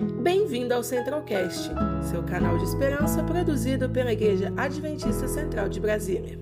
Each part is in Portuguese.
Bem-vindo ao Centralcast, seu canal de esperança produzido pela Igreja Adventista Central de Brasília.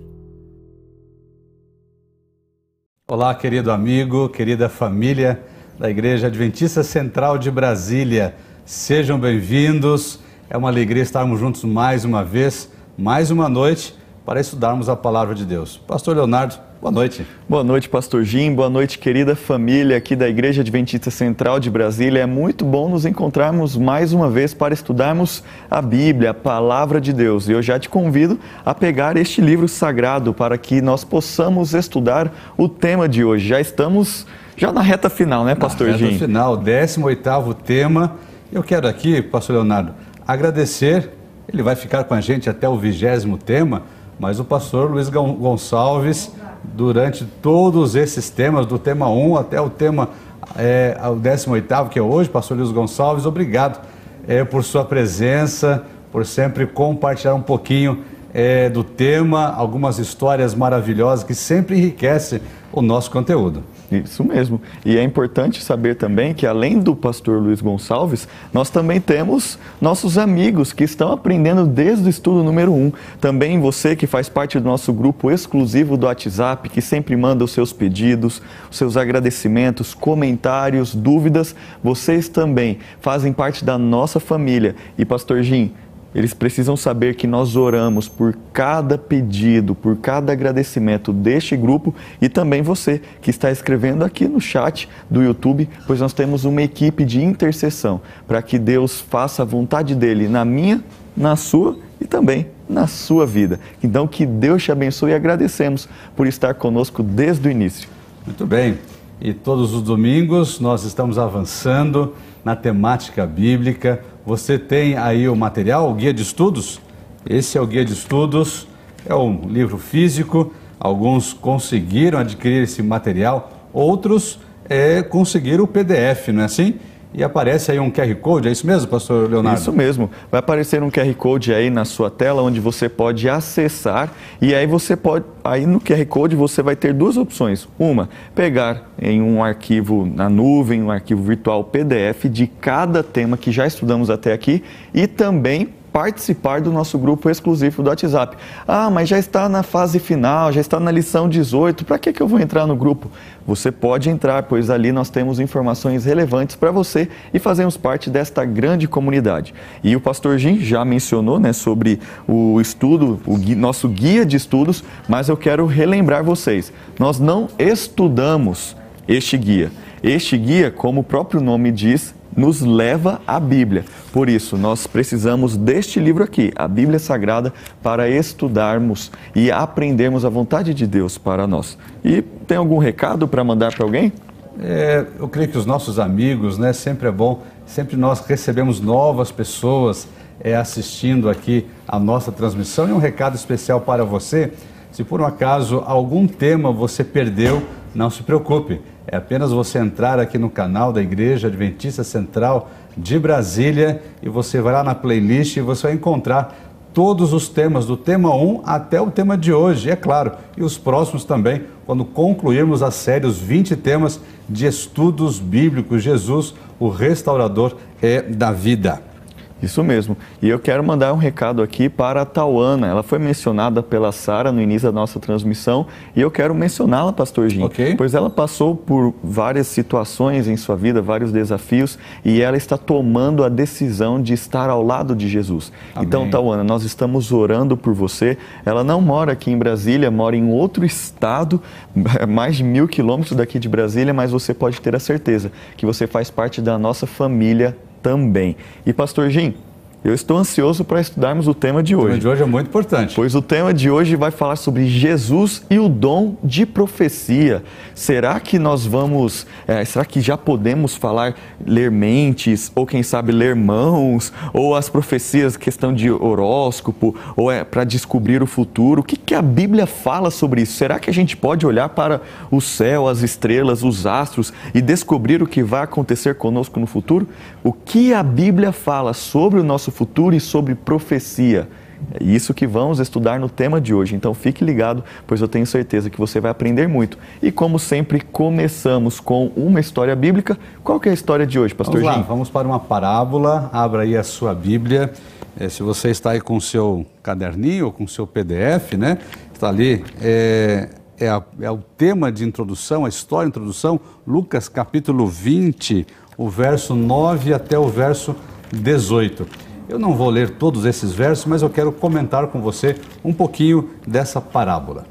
Olá, querido amigo, querida família da Igreja Adventista Central de Brasília. Sejam bem-vindos. É uma alegria estarmos juntos mais uma vez, mais uma noite, para estudarmos a Palavra de Deus. Pastor Leonardo, boa noite. Boa noite, Pastor Jim. Boa noite, querida família aqui da Igreja Adventista Central de Brasília. É muito bom nos encontrarmos mais uma vez para estudarmos a Bíblia, a Palavra de Deus. E eu já te convido a pegar este livro sagrado para que nós possamos estudar o tema de hoje. Já estamos na reta final, né, Pastor Jim? Na reta final, 18º tema. Eu quero aqui, Pastor Leonardo, agradecer. Ele vai ficar com a gente até o 20º tema, mas o pastor Luiz Gonçalves, durante todos esses temas, do tema 1 até o tema o 18º, que é hoje, pastor Luiz Gonçalves, obrigado por sua presença, por sempre compartilhar um pouquinho do tema, algumas histórias maravilhosas que sempre enriquecem o nosso conteúdo. Isso mesmo. E é importante saber também que, além do pastor Luiz Gonçalves, nós também temos nossos amigos que estão aprendendo desde o estudo número 1. Também você que faz parte do nosso grupo exclusivo do WhatsApp, que sempre manda os seus pedidos, os seus agradecimentos, comentários, dúvidas, vocês também fazem parte da nossa família. E, pastor Jim, eles precisam saber que nós oramos por cada pedido, por cada agradecimento deste grupo e também você que está escrevendo aqui no chat do YouTube, pois nós temos uma equipe de intercessão para que Deus faça a vontade dele na minha, na sua e também na sua vida. Então que Deus te abençoe e agradecemos por estar conosco desde o início. Muito bem. E todos os domingos nós estamos avançando na temática bíblica. Você tem aí o material, o guia de estudos? Esse é o guia de estudos, é um livro físico. Alguns conseguiram adquirir esse material, outros conseguiram o PDF, não é assim? E aparece aí um QR Code, é isso mesmo, pastor Leonardo? Isso mesmo, vai aparecer um QR Code aí na sua tela, onde você pode acessar, e aí aí no QR Code você vai ter duas opções. Uma, pegar em um arquivo na nuvem, um arquivo virtual PDF de cada tema que já estudamos até aqui, e também participar do nosso grupo exclusivo do WhatsApp. Ah, mas já está na fase final, já está na lição 18, para que eu vou entrar no grupo? Você pode entrar, pois ali nós temos informações relevantes para você e fazemos parte desta grande comunidade. E o pastor Jim já mencionou, sobre o estudo, nosso guia de estudos, mas eu quero relembrar vocês, nós não estudamos este guia. Este guia, como o próprio nome diz, nos leva à Bíblia. Por isso, nós precisamos deste livro aqui, a Bíblia Sagrada, para estudarmos e aprendermos a vontade de Deus para nós. E tem algum recado para mandar para alguém? Eu creio que os nossos amigos, sempre é bom, sempre nós recebemos novas pessoas assistindo aqui a nossa transmissão. E um recado especial para você: se por um acaso algum tema você perdeu, não se preocupe. É apenas você entrar aqui no canal da Igreja Adventista Central de Brasília e você vai lá na playlist e você vai encontrar todos os temas, do tema 1 até o tema de hoje, é claro, e os próximos também, quando concluirmos a série, os 20 temas de estudos bíblicos. Jesus, o restaurador da vida. Isso mesmo. E eu quero mandar um recado aqui para a Tauana. Ela foi mencionada pela Sara no início da nossa transmissão e eu quero mencioná-la, pastor Jim. Okay. Pois ela passou por várias situações em sua vida, vários desafios, e ela está tomando a decisão de estar ao lado de Jesus. Amém. Então, Tauana, nós estamos orando por você. Ela não mora aqui em Brasília, mora em outro estado, mais de 1.000 quilômetros daqui de Brasília, mas você pode ter a certeza que você faz parte da nossa família também. E pastor Jim, eu estou ansioso para estudarmos o tema de hoje. O tema de hoje é muito importante. Pois o tema de hoje vai falar sobre Jesus e o dom de profecia. Será que nós vamos, será que já podemos ler mentes, ou quem sabe ler mãos, ou as profecias, questão de horóscopo, ou para descobrir o futuro? O que a Bíblia fala sobre isso? Será que a gente pode olhar para o céu, as estrelas, os astros e descobrir o que vai acontecer conosco no futuro? O que a Bíblia fala sobre o nosso futuro e sobre profecia? É isso que vamos estudar no tema de hoje. Então fique ligado, pois eu tenho certeza que você vai aprender muito. E como sempre, começamos com uma história bíblica. Qual que é a história de hoje, pastor Jim? Vamos para uma parábola. Abra aí a sua Bíblia. Se você está aí com o seu caderninho ou com o seu PDF, né? Está ali, é o tema de introdução, a história de introdução, Lucas capítulo 20, o verso 9 até o verso 18. Eu não vou ler todos esses versos, mas eu quero comentar com você um pouquinho dessa parábola.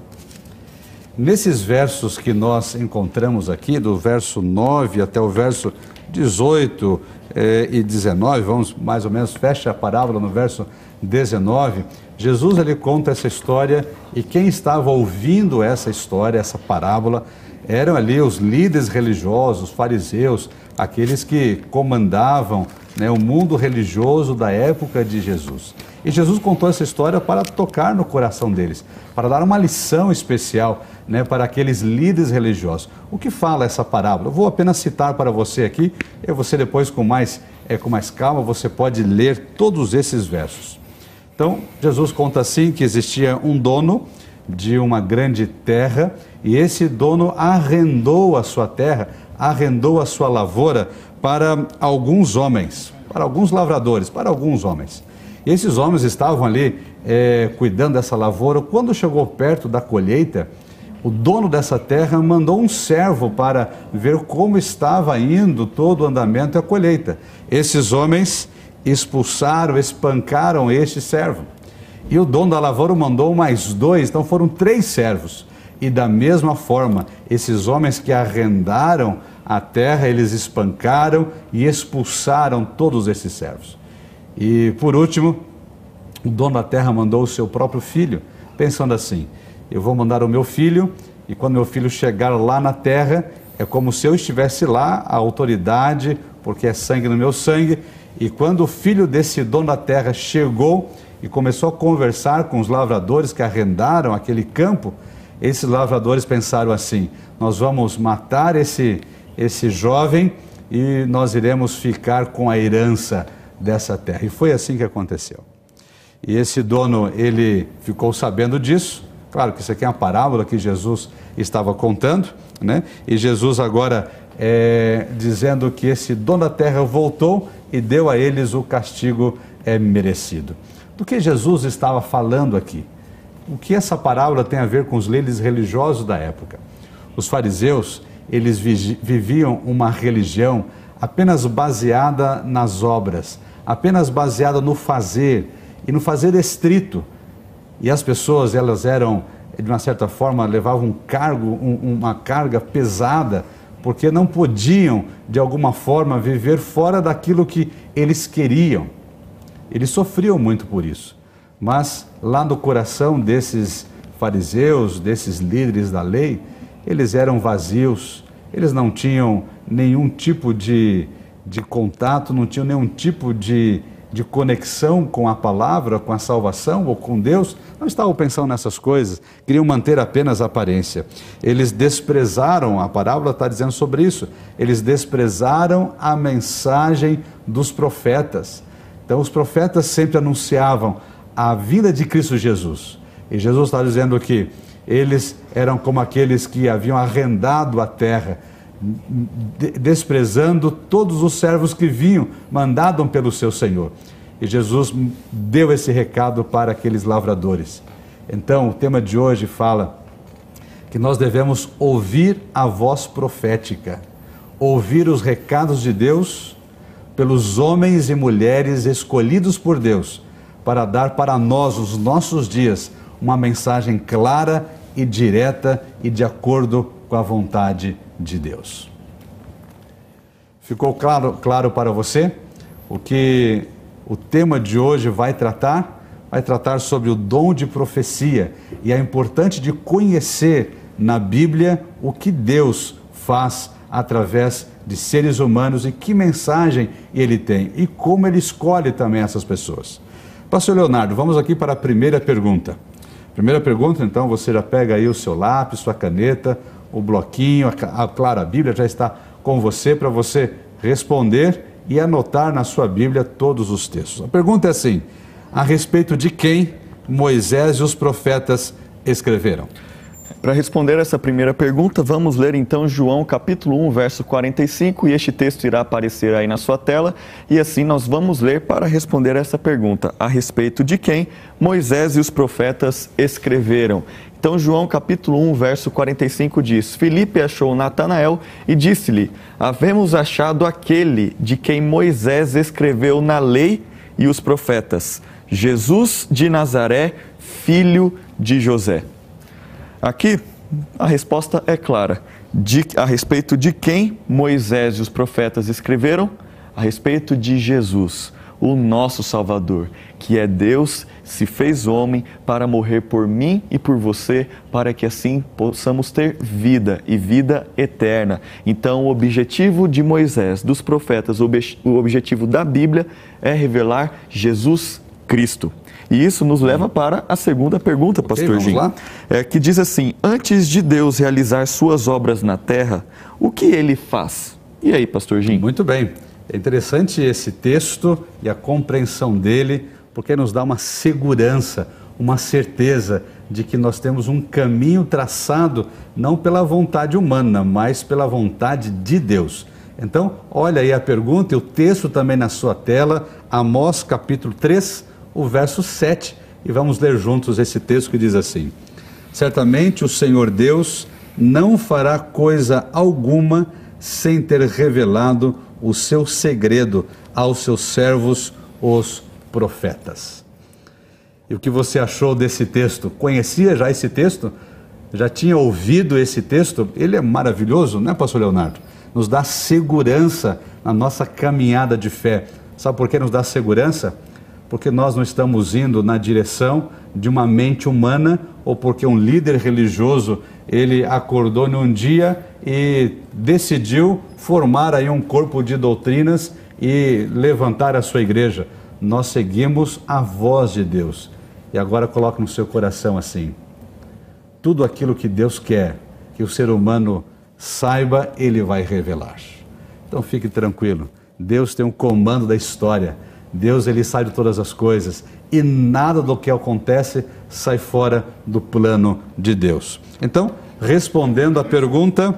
Nesses versos que nós encontramos aqui, do verso 9 até o verso 18 e 19, vamos mais ou menos, fecha a parábola no verso 19, Jesus ele conta essa história e quem estava ouvindo essa história, essa parábola, eram ali os líderes religiosos, os fariseus, aqueles que comandavam, né, o mundo religioso da época de Jesus. E Jesus contou essa história para tocar no coração deles, para dar uma lição especial, né, para aqueles líderes religiosos. O que fala essa parábola? Eu vou apenas citar para você aqui, e você depois com mais calma, você pode ler todos esses versos. Então, Jesus conta assim que existia um dono de uma grande terra e esse dono arrendou a sua terra, arrendou a sua lavoura para alguns homens, para alguns lavradores, para alguns homens. E esses homens estavam ali cuidando dessa lavoura. Quando chegou perto da colheita, o dono dessa terra mandou um servo para ver como estava indo todo o andamento e a colheita. Esses homens expulsaram, espancaram este servo. E o dono da lavoura mandou mais 2, então foram 3 servos. E da mesma forma, esses homens que arrendaram a terra, eles espancaram e expulsaram todos esses servos. E por último, o dono da terra mandou o seu próprio filho, pensando assim: eu vou mandar o meu filho, e quando meu filho chegar lá na terra, é como se eu estivesse lá, a autoridade, porque é sangue no meu sangue. E quando o filho desse dono da terra chegou e começou a conversar com os lavradores que arrendaram aquele campo, esses lavradores pensaram assim: nós vamos matar esse jovem e nós iremos ficar com a herança dessa terra. E foi assim que aconteceu. E esse dono, ele ficou sabendo disso. Claro que isso aqui é uma parábola que Jesus estava contando, né? E Jesus agora dizendo que esse dono da terra voltou e deu a eles o castigo merecido. Do que Jesus estava falando aqui? O que essa parábola tem a ver com os líderes religiosos da época? Os fariseus, eles viviam uma religião apenas baseada nas obras, apenas baseada no fazer, e no fazer estrito. E as pessoas, elas eram, de uma certa forma, levavam uma carga pesada, porque não podiam, de alguma forma, viver fora daquilo que eles queriam. Eles sofriam muito por isso. Mas lá no coração desses fariseus, desses líderes da lei, eles eram vazios, eles não tinham nenhum tipo de contato, não tinham nenhum tipo de conexão com a palavra, com a salvação ou com Deus, não estavam pensando nessas coisas, queriam manter apenas a aparência. Eles desprezaram, a parábola está dizendo sobre isso, eles desprezaram a mensagem dos profetas. Então os profetas sempre anunciavam a vinda de Cristo Jesus. E Jesus está dizendo que eles eram como aqueles que haviam arrendado a terra, desprezando todos os servos que vinham, mandados pelo seu Senhor. E Jesus deu esse recado para aqueles lavradores. Então, o tema de hoje fala que nós devemos ouvir a voz profética, ouvir os recados de Deus pelos homens e mulheres escolhidos por Deus, para dar para nós, os nossos dias, uma mensagem clara e direta e de acordo com a vontade de Deus. Ficou claro para você o que o tema de hoje vai tratar? Vai tratar sobre o dom de profecia, e é importante de conhecer na Bíblia o que Deus faz através de seres humanos e que mensagem ele tem e como ele escolhe também essas pessoas. Pastor Leonardo, vamos aqui para a primeira pergunta. Primeira pergunta, então, você já pega aí o seu lápis, sua caneta, o bloquinho, claro, a Bíblia já está com você para você responder e anotar na sua Bíblia todos os textos. A pergunta é assim: a respeito de quem Moisés e os profetas escreveram? Para responder essa primeira pergunta, vamos ler então João capítulo 1, verso 45, e este texto irá aparecer aí na sua tela, e assim nós vamos ler para responder essa pergunta, a respeito de quem Moisés e os profetas escreveram. Então João capítulo 1, verso 45 diz: Filipe achou Natanael e disse-lhe: havemos achado aquele de quem Moisés escreveu na lei e os profetas, Jesus de Nazaré, filho de José. Aqui, a resposta é clara. A respeito de quem Moisés e os profetas escreveram? A respeito de Jesus, o nosso Salvador, que é Deus, se fez homem para morrer por mim e por você, para que assim possamos ter vida e vida eterna. Então, o objetivo de Moisés, dos profetas, o objetivo da Bíblia é revelar Jesus Cristo. E isso nos leva para a segunda pergunta, pastor Jim, que diz assim: antes de Deus realizar suas obras na terra, o que ele faz? E aí, pastor Jim? Muito bem. É interessante esse texto e a compreensão dele, porque nos dá uma segurança, uma certeza de que nós temos um caminho traçado não pela vontade humana, mas pela vontade de Deus. Então, olha aí a pergunta e o texto também na sua tela, Amós capítulo 3, o verso 7, e vamos ler juntos esse texto que diz assim: certamente o Senhor Deus não fará coisa alguma sem ter revelado o seu segredo aos seus servos, os profetas. E o que você achou desse texto? Conhecia já esse texto? Já tinha ouvido esse texto? Ele é maravilhoso, não é, pastor Leonardo? Nos dá segurança na nossa caminhada de fé. Sabe por que nos dá segurança? Porque nós não estamos indo na direção de uma mente humana, ou porque um líder religioso, ele acordou num dia e decidiu formar aí um corpo de doutrinas e levantar a sua igreja. Nós seguimos a voz de Deus. E agora coloque no seu coração assim: tudo aquilo que Deus quer que o ser humano saiba, Ele vai revelar. Então fique tranquilo, Deus tem um comando da história. Deus, Ele sabe de todas as coisas e nada do que acontece sai fora do plano de Deus. Então, respondendo à pergunta,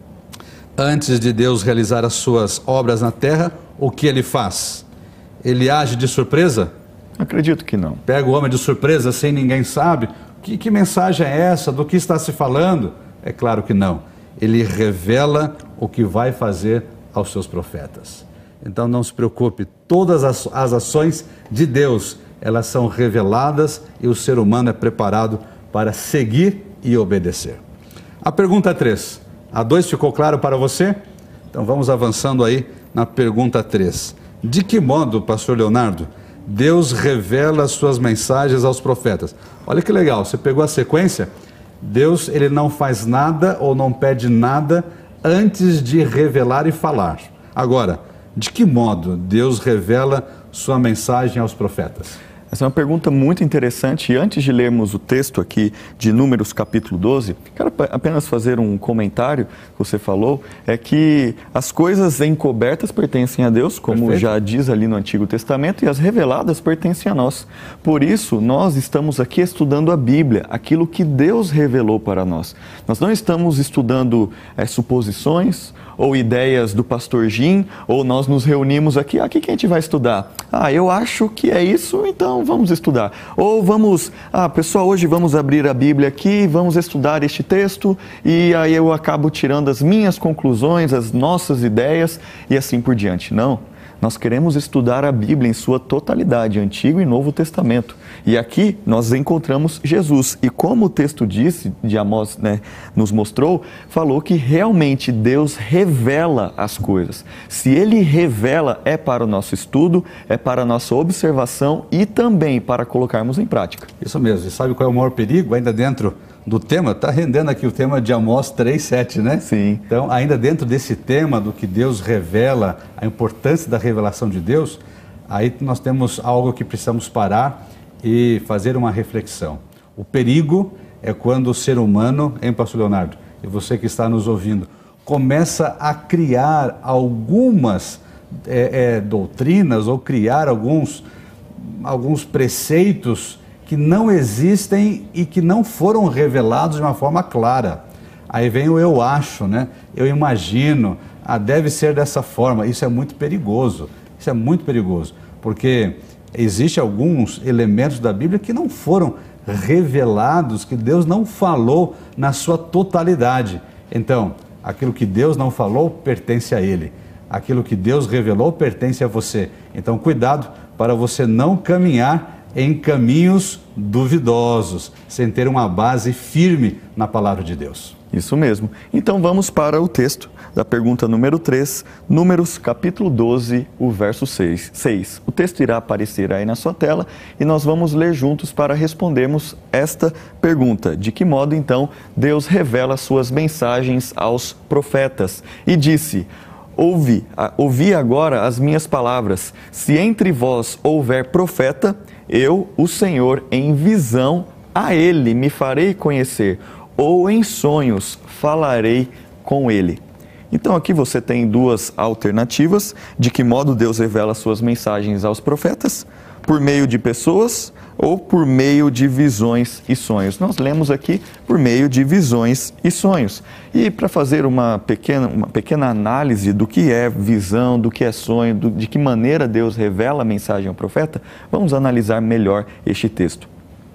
antes de Deus realizar as suas obras na terra, o que Ele faz? Ele age de surpresa? Acredito que não. Pega o homem de surpresa sem ninguém sabe? Que mensagem é essa? Do que está se falando? É claro que não. Ele revela o que vai fazer aos seus profetas. Então não se preocupe, todas as ações de Deus, elas são reveladas e o ser humano é preparado para seguir e obedecer. A pergunta 3, a 2 ficou claro para você? Então vamos avançando aí na pergunta 3. De que modo, pastor Leonardo, Deus revela as suas mensagens aos profetas? Olha que legal, você pegou a sequência? Deus, Ele não faz nada ou não pede nada antes de revelar e falar. Agora, de que modo Deus revela sua mensagem aos profetas? Essa é uma pergunta muito interessante, e antes de lermos o texto aqui de Números capítulo 12, quero apenas fazer um comentário que você falou, é que as coisas encobertas pertencem a Deus, como Perfeito. Já diz ali no Antigo Testamento, e as reveladas pertencem a nós. Por isso, nós estamos aqui estudando a Bíblia, aquilo que Deus revelou para nós. Nós não estamos estudando suposições ou ideias do pastor Jim, ou nós nos reunimos aqui, o que a gente vai estudar? Eu acho que é isso, então vamos estudar. Ou vamos, pessoal, hoje vamos abrir a Bíblia aqui, vamos estudar este texto, e aí eu acabo tirando as minhas conclusões, as nossas ideias, e assim por diante. Não. Nós queremos estudar a Bíblia em sua totalidade, Antigo e Novo Testamento. E aqui nós encontramos Jesus. E como o texto disse, de Amós, nos mostrou, falou que realmente Deus revela as coisas. Se Ele revela, é para o nosso estudo, é para a nossa observação e também para colocarmos em prática. Isso mesmo. E sabe qual é o maior perigo? Ainda dentro do tema, está rendendo aqui o tema de Amós 3:7, né? Sim. Então, ainda dentro desse tema do que Deus revela, a importância da revelação de Deus, aí nós temos algo que precisamos parar e fazer uma reflexão. O perigo é quando o ser humano, hein, pastor Leonardo, e você que está nos ouvindo, começa a criar algumas doutrinas ou criar alguns alguns preceitos que não existem e que não foram revelados de uma forma clara. Aí vem o eu acho, né? Eu imagino, deve ser dessa forma. Isso é muito perigoso, porque existem alguns elementos da Bíblia que não foram revelados, que Deus não falou na sua totalidade. Então, aquilo que Deus não falou pertence a Ele. Aquilo que Deus revelou pertence a você. Então, cuidado para você não caminhar em caminhos duvidosos, sem ter uma base firme na palavra de Deus. Isso mesmo. Então vamos para o texto da pergunta número 3, Números capítulo 12, o verso 6. O texto irá aparecer aí na sua tela e nós vamos ler juntos para respondermos esta pergunta. De que modo então Deus revela suas mensagens aos profetas? E disse: Ouvi agora as minhas palavras. Se entre vós houver profeta, eu, o Senhor, em visão a ele me farei conhecer, ou em sonhos falarei com ele. Então aqui você tem duas alternativas de que modo Deus revela suas mensagens aos profetas: por meio de pessoas ou por meio de visões e sonhos. Nós lemos aqui por meio de visões e sonhos. E para fazer uma pequena análise do que é visão, do que é sonho, de que maneira Deus revela a mensagem ao profeta, vamos analisar melhor este texto.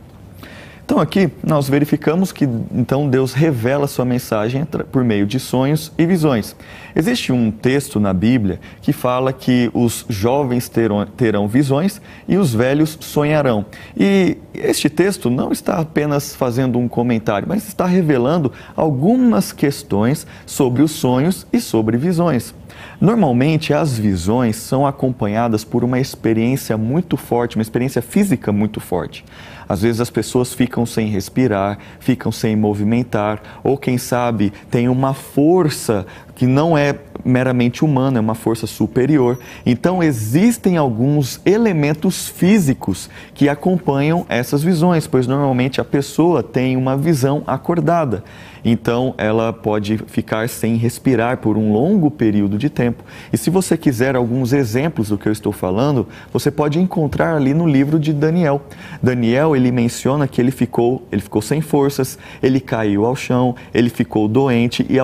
Então aqui nós verificamos que então Deus revela sua mensagem por meio de sonhos e visões. Existe um texto na Bíblia que fala que os jovens terão visões e os velhos sonharão. E este texto não está apenas fazendo um comentário, mas está revelando algumas questões sobre os sonhos e sobre visões. Normalmente as visões são acompanhadas por uma experiência muito forte, uma experiência física muito forte. Às vezes as pessoas ficam sem respirar, ficam sem movimentar, ou quem sabe tem uma força que não é meramente humana, é uma força superior. Então existem alguns elementos físicos que acompanham essas visões, pois normalmente a pessoa tem uma visão acordada. Então ela pode ficar sem respirar por um longo período de tempo. E se você quiser alguns exemplos do que eu estou falando, você pode encontrar ali no livro de Daniel. Daniel, ele menciona que ele ficou sem forças, ele caiu ao chão, ele ficou doente e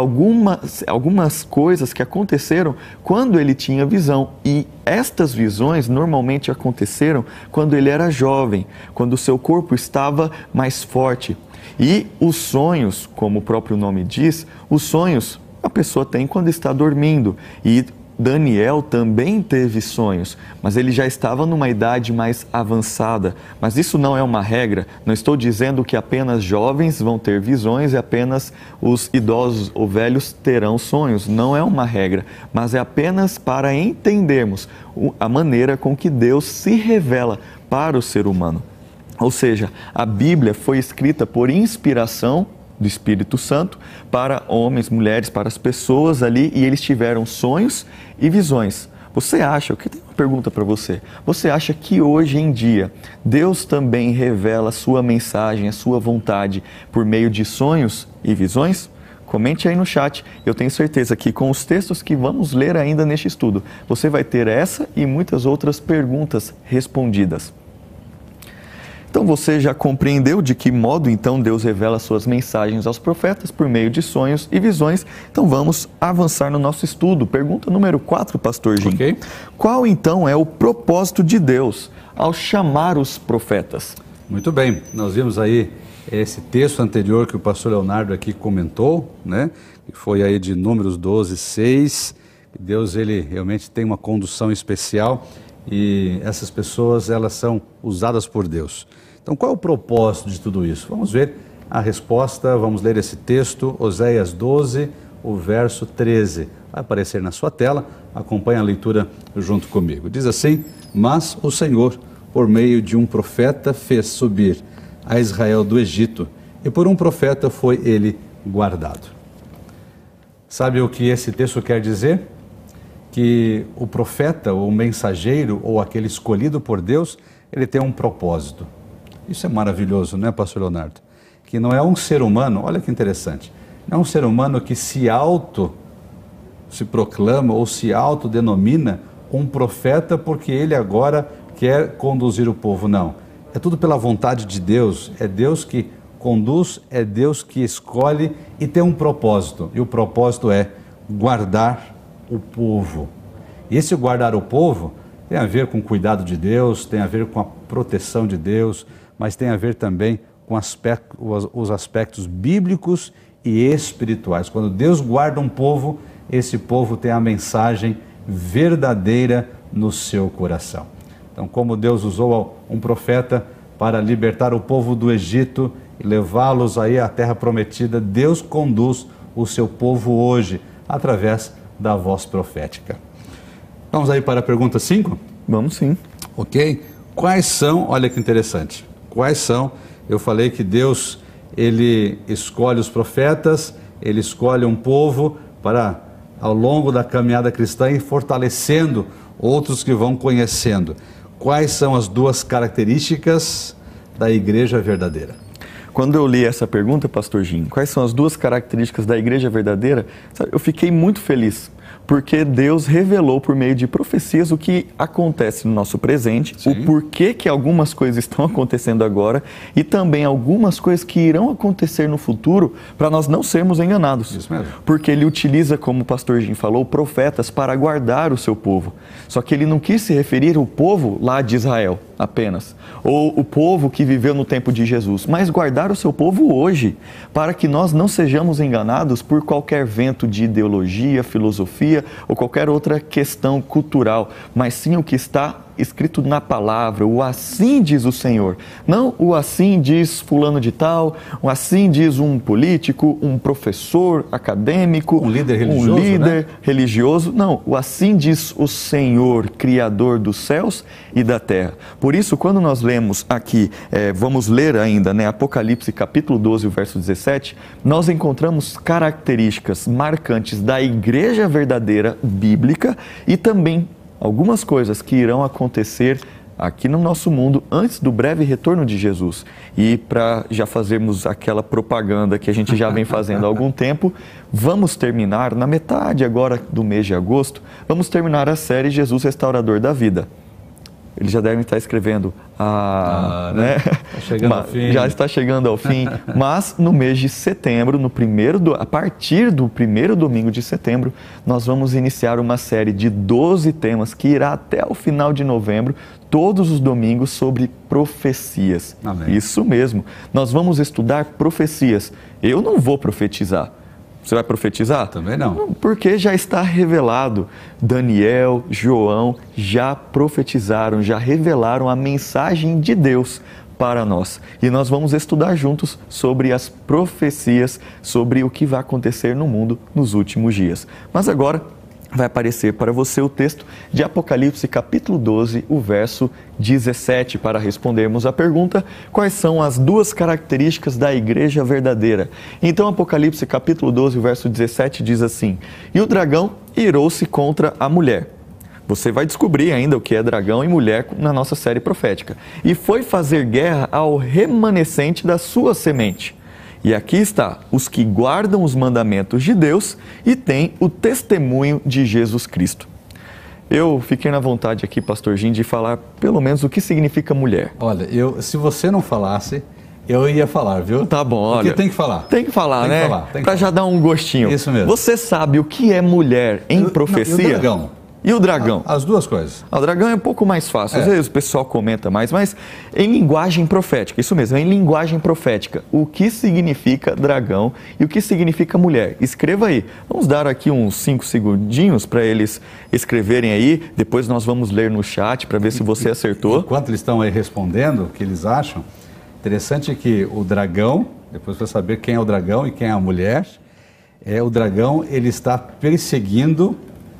algumas coisas que aconteceram quando ele tinha visão. E estas visões normalmente aconteceram quando ele era jovem, quando o seu corpo estava mais forte. E os sonhos, como o próprio nome diz, os sonhos a pessoa tem quando está dormindo. E Daniel também teve sonhos, mas ele já estava numa idade mais avançada. Mas isso não é uma regra. Não estou dizendo que apenas jovens vão ter visões e apenas os idosos ou velhos terão sonhos. Não é uma regra, mas é apenas para entendermos a maneira com que Deus se revela para o ser humano. Ou seja, a Bíblia foi escrita por inspiração do Espírito Santo para homens, mulheres, para as pessoas ali, e eles tiveram sonhos e visões. Você acha, eu tenho uma pergunta para você, você acha que hoje em dia Deus também revela a sua mensagem, a sua vontade por meio de sonhos e visões? Comente aí no chat, eu tenho certeza que com os textos que vamos ler ainda neste estudo, você vai ter essa e muitas outras perguntas respondidas. Então você já compreendeu de que modo então Deus revela suas mensagens aos profetas por meio de sonhos e visões. Então vamos avançar no nosso estudo. Pergunta número 4, pastor Jim. Okay. Qual então é o propósito de Deus ao chamar os profetas? Muito bem, nós vimos aí esse texto anterior que o pastor Leonardo aqui comentou, né? Que foi aí de Números 12, 6. Deus, ele realmente tem uma condução especial e essas pessoas, elas são usadas por Deus. Então, qual é o propósito de tudo isso? Vamos ver a resposta, vamos ler esse texto, Oséias 12, o verso 13. Vai aparecer na sua tela, acompanhe a leitura junto comigo. Diz assim: mas o Senhor, por meio de um profeta, fez subir a Israel do Egito, e por um profeta foi ele guardado. Sabe o que esse texto quer dizer? Que o profeta, ou o mensageiro, ou aquele escolhido por Deus, ele tem um propósito. Isso é maravilhoso, não é, pastor Leonardo? Que não é um ser humano, olha que interessante, não é um ser humano que se proclama ou se autodenomina um profeta porque ele agora quer conduzir o povo, não. É tudo pela vontade de Deus, é Deus que conduz, é Deus que escolhe e tem um propósito. E o propósito é guardar o povo. E esse guardar o povo tem a ver com o cuidado de Deus, tem a ver com a proteção de Deus, mas tem a ver também com os aspectos bíblicos e espirituais. Quando Deus guarda um povo, esse povo tem a mensagem verdadeira no seu coração. Então, como Deus usou um profeta para libertar o povo do Egito e levá-los aí à terra prometida, Deus conduz o seu povo hoje através da voz profética. Vamos aí para a pergunta 5? Vamos sim. Ok? Quais são, olha que interessante, quais são, eu falei que Deus, Ele escolhe os profetas, Ele escolhe um povo para, ao longo da caminhada cristã, ir fortalecendo outros que vão conhecendo. Quais são as duas características da igreja verdadeira? Quando eu li essa pergunta, pastor Jim, quais são as duas características da igreja verdadeira, eu fiquei muito feliz, porque Deus revelou por meio de profecias o que acontece no nosso presente, Sim. o porquê que algumas coisas estão acontecendo agora e também algumas coisas que irão acontecer no futuro para nós não sermos enganados. Isso mesmo. Porque Ele utiliza, como o pastor Jim falou, profetas para guardar o seu povo. Só que Ele não quis se referir ao povo lá de Israel apenas, ou o povo que viveu no tempo de Jesus, mas guardar o seu povo hoje, para que nós não sejamos enganados por qualquer vento de ideologia, filosofia ou qualquer outra questão cultural, mas sim o que está escrito na palavra, o assim diz o Senhor, não o assim diz fulano de tal, o assim diz um político, um professor acadêmico, um líder religioso, religioso, não, o assim diz o Senhor, Criador dos céus e da terra. Por isso, quando nós lemos aqui, vamos ler ainda, Apocalipse capítulo 12, verso 17, nós encontramos características marcantes da igreja verdadeira bíblica e também algumas coisas que irão acontecer aqui no nosso mundo antes do breve retorno de Jesus. E para já fazermos aquela propaganda que a gente já vem fazendo há algum tempo, vamos terminar, na metade agora do mês de agosto, vamos terminar a série Jesus Restaurador da Vida. Eles já devem estar escrevendo, né? Tá chegando ao fim. Já está chegando ao fim, mas no mês de setembro, a partir do primeiro domingo de setembro, nós vamos iniciar uma série de 12 temas que irá até o final de novembro, todos os domingos, sobre profecias. Amém. Isso mesmo, nós vamos estudar profecias. Eu não vou profetizar. Você vai profetizar? Também não. Porque já está revelado. Daniel, João já profetizaram, já revelaram a mensagem de Deus para nós. E nós vamos estudar juntos sobre as profecias, sobre o que vai acontecer no mundo nos últimos dias. Mas agora vai aparecer para você o texto de Apocalipse capítulo 12, o verso 17, para respondermos a pergunta: quais são as duas características da igreja verdadeira? Então, Apocalipse capítulo 12, o verso 17 diz assim: e o dragão irou-se contra a mulher. Você vai descobrir ainda o que é dragão e mulher na nossa série profética. E foi fazer guerra ao remanescente da sua semente. E aqui está, os que guardam os mandamentos de Deus e têm o testemunho de Jesus Cristo. Eu fiquei na vontade aqui, pastor Jim, de falar pelo menos o que significa mulher. Olha, se você não falasse, eu ia falar, viu? Tá bom, olha. Porque tem que falar. Tem que falar, né? Para já dar um gostinho. Isso mesmo. Você sabe o que é mulher em profecia? E o dragão? E o dragão? As duas coisas. O dragão é um pouco mais fácil, às vezes o pessoal comenta mais, mas em linguagem profética, isso mesmo, em linguagem profética, o que significa dragão e o que significa mulher? Escreva aí. Vamos dar aqui uns 5 segundinhos para eles escreverem aí, depois nós vamos ler no chat para ver se você acertou. Enquanto eles estão aí respondendo o que eles acham, interessante que o dragão, depois para saber quem é o dragão e quem é a mulher, o dragão ele está perseguindo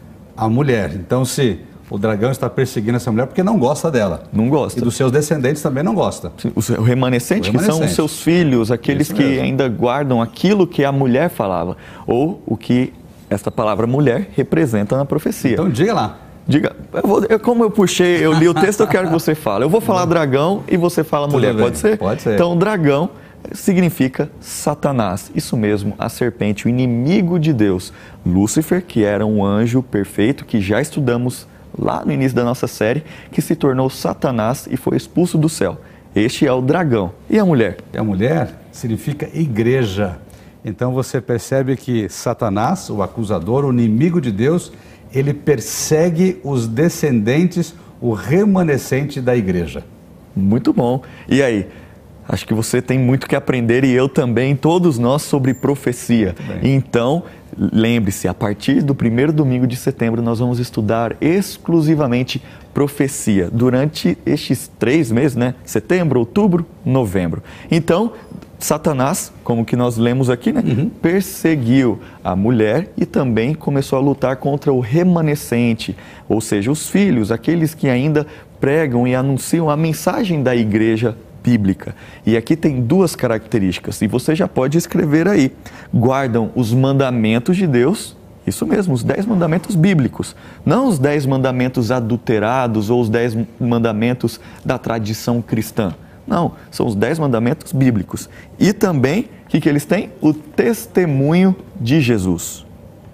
a mulher. Então, se o dragão está perseguindo essa mulher porque não gosta dela. Não gosta. E dos seus descendentes também não gosta. O remanescente, que são os seus filhos, aqueles que ainda guardam aquilo que a mulher falava, ou o que esta palavra mulher representa na profecia. Então, diga lá. Diga, como eu li o texto, eu quero que você fale. Eu vou falar dragão e você fala mulher, pode ser? Pode ser. Então, dragão significa Satanás, isso mesmo, a serpente, o inimigo de Deus. Lúcifer, que era um anjo perfeito, que já estudamos lá no início da nossa série, que se tornou Satanás e foi expulso do céu. Este é o dragão. E a mulher? E a mulher significa igreja. Então você percebe que Satanás, o acusador, o inimigo de Deus, ele persegue os descendentes, o remanescente da igreja. Muito bom. E aí? Acho que você tem muito que aprender e eu também, todos nós, sobre profecia. Então, lembre-se, a partir do primeiro domingo de setembro nós vamos estudar exclusivamente profecia durante estes 3 meses, né? Setembro, outubro, novembro. Então, Satanás, como que nós lemos aqui, né? Perseguiu a mulher e também começou a lutar contra o remanescente, ou seja, os filhos, aqueles que ainda pregam e anunciam a mensagem da igreja bíblica. E aqui tem 2 características, e você já pode escrever aí. Guardam os mandamentos de Deus, isso mesmo, os 10 mandamentos bíblicos, não os 10 mandamentos adulterados ou os 10 mandamentos da tradição cristã. Não, são os 10 mandamentos bíblicos. E também, o que eles têm? O testemunho de Jesus.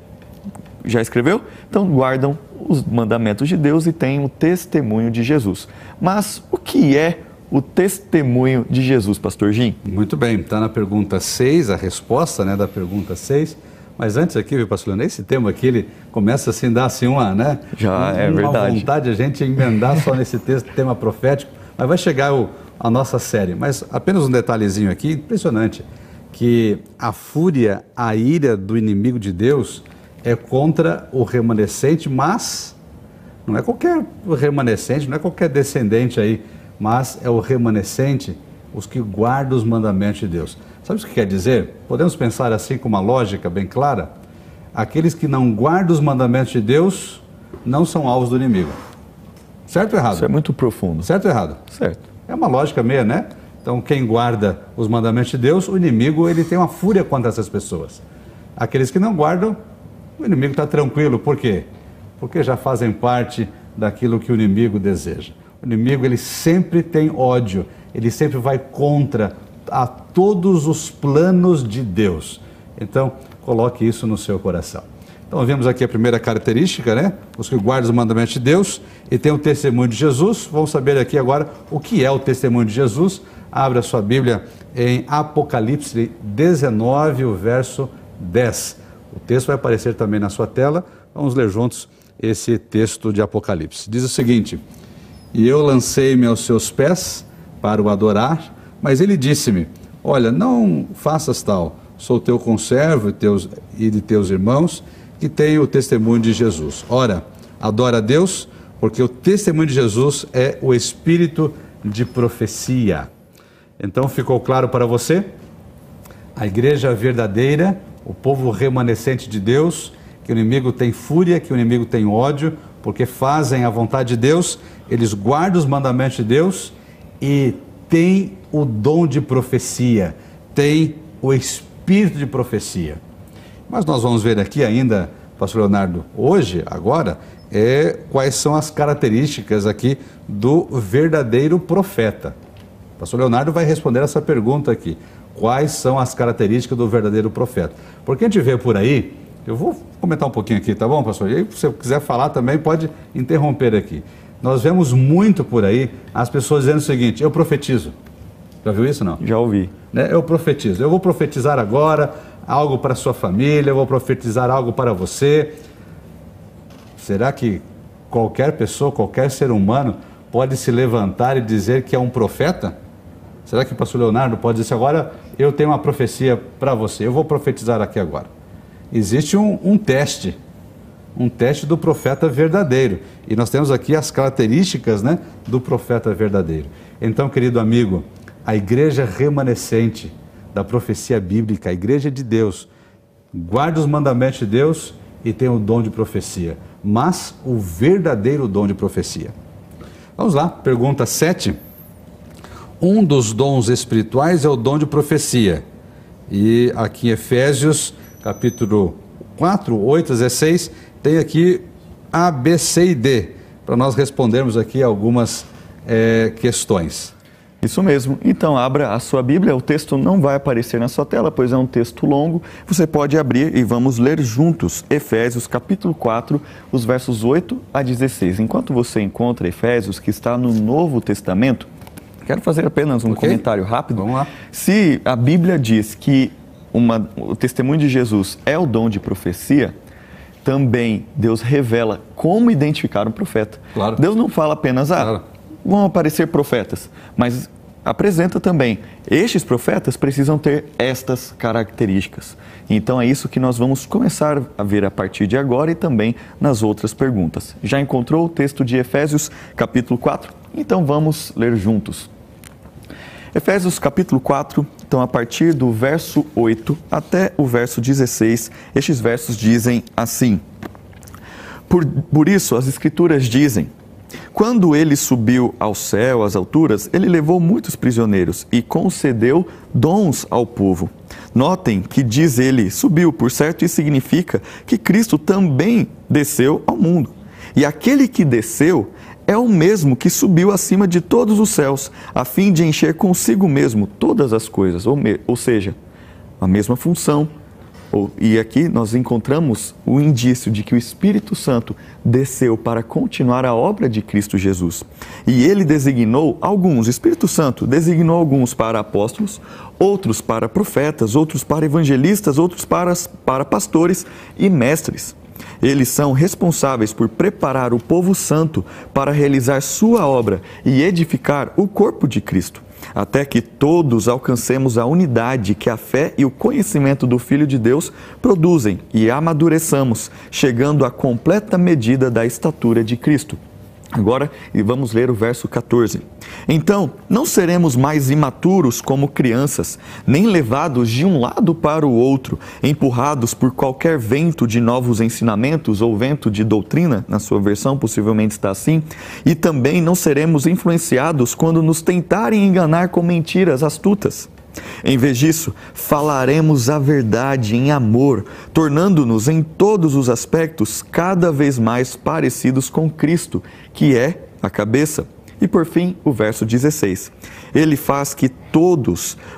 Já escreveu? Então, guardam os mandamentos de Deus e têm o testemunho de Jesus. Mas o que é o testemunho de Jesus, pastor Jim? Muito bem, está na pergunta 6, a resposta, né, da pergunta 6. Mas antes aqui, viu, pastor Leonardo, esse tema aqui, ele começa assim, dá assim uma, né? Já é verdade. Uma vontade a gente emendar só nesse texto, tema profético, mas vai chegar a nossa série. Mas apenas um detalhezinho aqui, impressionante, que a fúria, a ira do inimigo de Deus é contra o remanescente, mas não é qualquer remanescente, não é qualquer descendente aí, mas é o remanescente, os que guardam os mandamentos de Deus. Sabe o que quer dizer? Podemos pensar assim com uma lógica bem clara? Aqueles que não guardam os mandamentos de Deus não são alvos do inimigo. Certo ou errado? Isso é muito profundo. Certo ou errado? Certo. É uma lógica meia, né? Então, quem guarda os mandamentos de Deus, o inimigo ele tem uma fúria contra essas pessoas. Aqueles que não guardam, o inimigo está tranquilo. Por quê? Porque já fazem parte daquilo que o inimigo deseja. O inimigo ele sempre tem ódio, ele sempre vai contra a todos os planos de Deus. Então, coloque isso no seu coração. Então, vemos aqui a primeira característica, né? Os que guardam os mandamentos de Deus e tem o testemunho de Jesus. Vamos saber aqui agora o que é o testemunho de Jesus. Abra sua Bíblia em Apocalipse 19, o verso 10. O texto vai aparecer também na sua tela. Vamos ler juntos esse texto de Apocalipse. Diz o seguinte: e eu lancei-me aos seus pés para o adorar, mas ele disse-me: olha, não faças tal, sou teu conservo e de teus irmãos, que têm o testemunho de Jesus. Ora, adora a Deus, porque o testemunho de Jesus é o espírito de profecia. Então ficou claro para você? A igreja verdadeira, o povo remanescente de Deus, que o inimigo tem fúria, que o inimigo tem ódio, porque fazem a vontade de Deus, eles guardam os mandamentos de Deus e têm o dom de profecia, têm o espírito de profecia. Mas nós vamos ver aqui ainda, pastor Leonardo, hoje, agora, quais são as características aqui do verdadeiro profeta. Pastor Leonardo vai responder essa pergunta aqui. Quais são as características do verdadeiro profeta? Porque a gente vê por aí, eu vou comentar um pouquinho aqui, tá bom, pastor? E aí, se você quiser falar também, pode interromper aqui. Nós vemos muito por aí as pessoas dizendo o seguinte: eu profetizo. Já viu isso, não? Já ouvi. Né? Eu profetizo. Eu vou profetizar agora algo para a sua família, eu vou profetizar algo para você. Será que qualquer pessoa, qualquer ser humano pode se levantar e dizer que é um profeta? Será que o pastor Leonardo pode dizer assim: agora eu tenho uma profecia para você, eu vou profetizar aqui agora? Existe um teste do profeta verdadeiro. E nós temos aqui as características, né, do profeta verdadeiro. Então, querido amigo, a igreja remanescente da profecia bíblica, a igreja de Deus, guarda os mandamentos de Deus e tem o dom de profecia, mas o verdadeiro dom de profecia. Vamos lá, pergunta 7. Um dos dons espirituais é o dom de profecia. E aqui em Efésios, capítulo 4, 8 a 16, tem aqui A, B, C e D, para nós respondermos aqui algumas questões. Isso mesmo. Então, abra a sua Bíblia. O texto não vai aparecer na sua tela, pois é um texto longo. Você pode abrir e vamos ler juntos Efésios capítulo 4, os versos 8 a 16. Enquanto você encontra Efésios, que está no Novo Testamento, quero fazer apenas um comentário rápido. Vamos lá. Se a Bíblia diz que o testemunho de Jesus é o dom de profecia, também Deus revela como identificar um profeta. Claro. Deus não fala apenas, vão aparecer profetas, mas apresenta também, estes profetas precisam ter estas características. Então é isso que nós vamos começar a ver a partir de agora e também nas outras perguntas. Já encontrou o texto de Efésios capítulo 4? Então vamos ler juntos. Efésios capítulo 4, então a partir do verso 8 até o verso 16, estes versos dizem assim: Por isso as Escrituras dizem, quando ele subiu ao céu, às alturas, ele levou muitos prisioneiros e concedeu dons ao povo. Notem que diz ele, subiu, por certo, isso significa que Cristo também desceu ao mundo. E aquele que desceu é o mesmo que subiu acima de todos os céus, a fim de encher consigo mesmo todas as coisas, ou seja, a mesma função. E aqui nós encontramos o indício de que o Espírito Santo desceu para continuar a obra de Cristo Jesus. E ele designou alguns, o Espírito Santo designou alguns para apóstolos, outros para profetas, outros para evangelistas, outros para pastores e mestres. Eles são responsáveis por preparar o povo santo para realizar sua obra e edificar o corpo de Cristo, até que todos alcancemos a unidade que a fé e o conhecimento do Filho de Deus produzem e amadureçamos, chegando à completa medida da estatura de Cristo. Agora, vamos ler o verso 14. Então, não seremos mais imaturos como crianças, nem levados de um lado para o outro, empurrados por qualquer vento de novos ensinamentos ou vento de doutrina, na sua versão possivelmente está assim, e também não seremos influenciados quando nos tentarem enganar com mentiras astutas. Em vez disso, falaremos a verdade em amor, tornando-nos em todos os aspectos cada vez mais parecidos com Cristo, que é a cabeça. E por fim, o verso 16. Ele faz que todo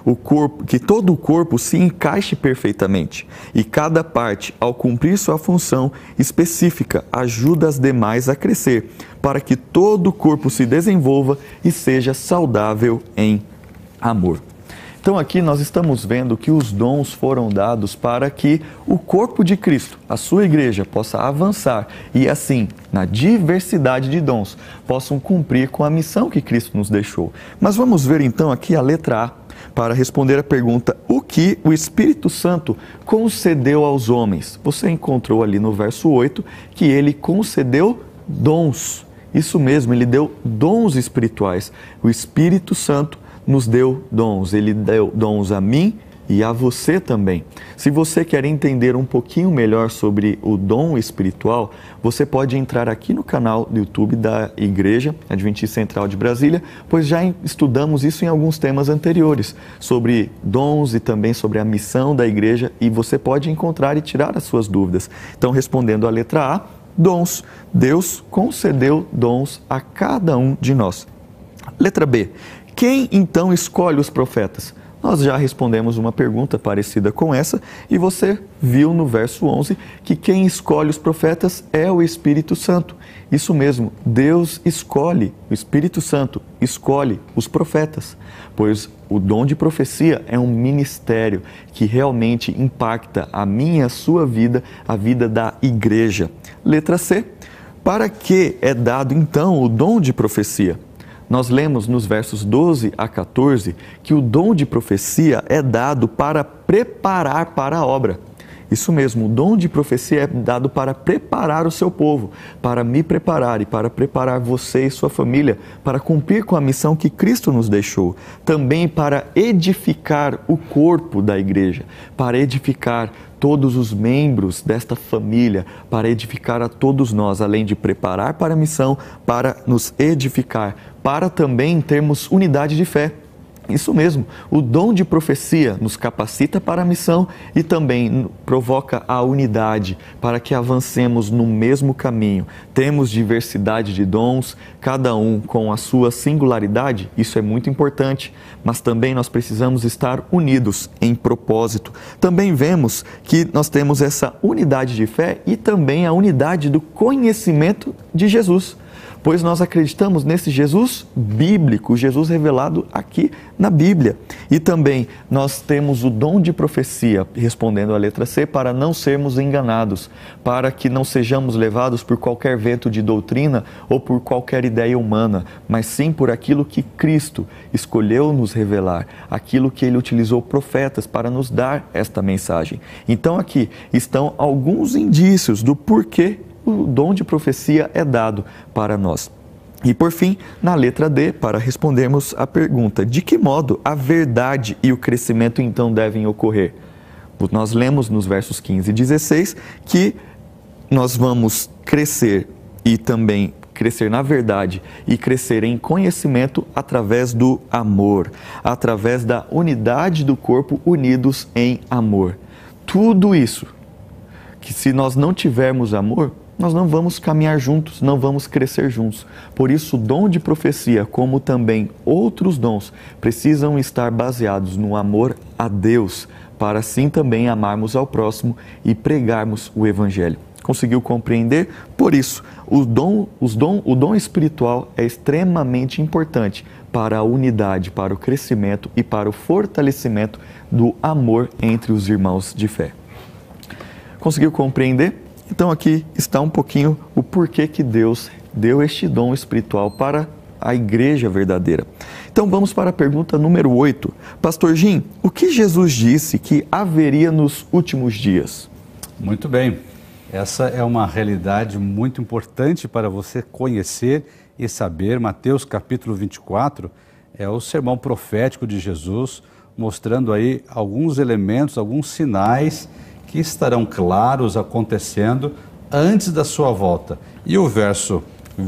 o corpo se encaixe perfeitamente, e cada parte, ao cumprir sua função específica, ajuda as demais a crescer, para que todo o corpo se desenvolva e seja saudável em amor. Então aqui nós estamos vendo que os dons foram dados para que o corpo de Cristo, a sua igreja, possa avançar e assim, na diversidade de dons, possam cumprir com a missão que Cristo nos deixou. Mas vamos ver então aqui a letra A para responder a pergunta: o que o Espírito Santo concedeu aos homens? Você encontrou ali no verso 8 que ele concedeu dons. Isso mesmo, ele deu dons espirituais. O Espírito Santo nos deu dons, ele deu dons a mim e a você também. Se você quer entender um pouquinho melhor sobre o dom espiritual, você pode entrar aqui no canal do YouTube da Igreja Adventista Central de Brasília, pois já estudamos isso em alguns temas anteriores, sobre dons e também sobre a missão da igreja, e você pode encontrar e tirar as suas dúvidas. Então, respondendo à letra A, dons. Deus concedeu dons a cada um de nós. Letra B. Quem então escolhe os profetas? Nós já respondemos uma pergunta parecida com essa e você viu no verso 11 que quem escolhe os profetas é o Espírito Santo. Isso mesmo, Deus escolhe, o Espírito Santo escolhe os profetas, pois o dom de profecia é um ministério que realmente impacta a minha e a sua vida, a vida da igreja. Letra C. Para que é dado então o dom de profecia? Nós lemos nos versos 12 a 14 que o dom de profecia é dado para preparar para a obra. Isso mesmo, o dom de profecia é dado para preparar o seu povo, para me preparar e para preparar você e sua família para cumprir com a missão que Cristo nos deixou. Também para edificar o corpo da igreja, para edificar todos os membros desta família, para edificar a todos nós, além de preparar para a missão, para nos edificar, para também termos unidade de fé. Isso mesmo, o dom de profecia nos capacita para a missão e também provoca a unidade para que avancemos no mesmo caminho. Temos diversidade de dons, cada um com a sua singularidade, isso é muito importante, mas também nós precisamos estar unidos em propósito. Também vemos que nós temos essa unidade de fé e também a unidade do conhecimento de Jesus. Pois nós acreditamos nesse Jesus bíblico, Jesus revelado aqui na Bíblia. E também nós temos o dom de profecia, respondendo à letra C, para não sermos enganados, para que não sejamos levados por qualquer vento de doutrina ou por qualquer ideia humana, mas sim por aquilo que Cristo escolheu nos revelar, aquilo que Ele utilizou profetas para nos dar esta mensagem. Então aqui estão alguns indícios do porquê o dom de profecia é dado para nós. E por fim, na letra D, para respondermos a pergunta, de que modo a verdade e o crescimento então devem ocorrer? Nós lemos nos versos 15 e 16 que nós vamos crescer e também crescer na verdade e crescer em conhecimento através do amor, através da unidade do corpo unidos em amor. Tudo isso, que se nós não tivermos amor, nós não vamos caminhar juntos, não vamos crescer juntos. Por isso, o dom de profecia, como também outros dons, precisam estar baseados no amor a Deus, para assim também amarmos ao próximo e pregarmos o Evangelho. Conseguiu compreender? Por isso, o dom espiritual é extremamente importante para a unidade, para o crescimento e para o fortalecimento do amor entre os irmãos de fé. Conseguiu compreender? Então aqui está um pouquinho o porquê que Deus deu este dom espiritual para a igreja verdadeira. Então vamos para a pergunta número 8. Pastor Jim, o que Jesus disse que haveria nos últimos dias? Muito bem. Essa é uma realidade muito importante para você conhecer e saber. Mateus capítulo 24 é o sermão profético de Jesus, mostrando aí alguns elementos, alguns sinais que estarão claros acontecendo antes da sua volta. E o verso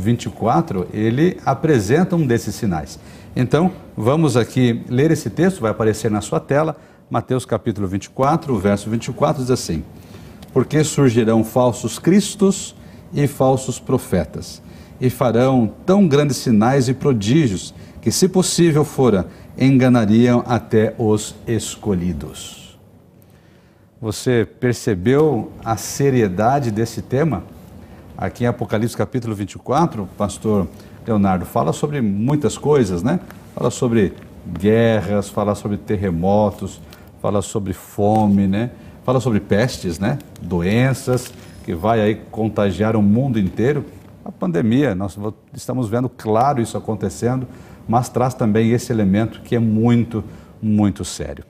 24, ele apresenta um desses sinais. Então, vamos aqui ler esse texto, vai aparecer na sua tela, Mateus capítulo 24, o verso 24 diz assim: porque surgirão falsos cristos e falsos profetas, e farão tão grandes sinais e prodígios, que se possível fora, enganariam até os escolhidos. Você percebeu a seriedade desse tema? Aqui em Apocalipse capítulo 24, o pastor Leonardo fala sobre muitas coisas, né? Fala sobre guerras, fala sobre terremotos, fala sobre fome, né? Fala sobre pestes, né? Doenças que vai aí contagiar o mundo inteiro. A pandemia, nós estamos vendo claro isso acontecendo, mas traz também esse elemento que é muito, muito sério.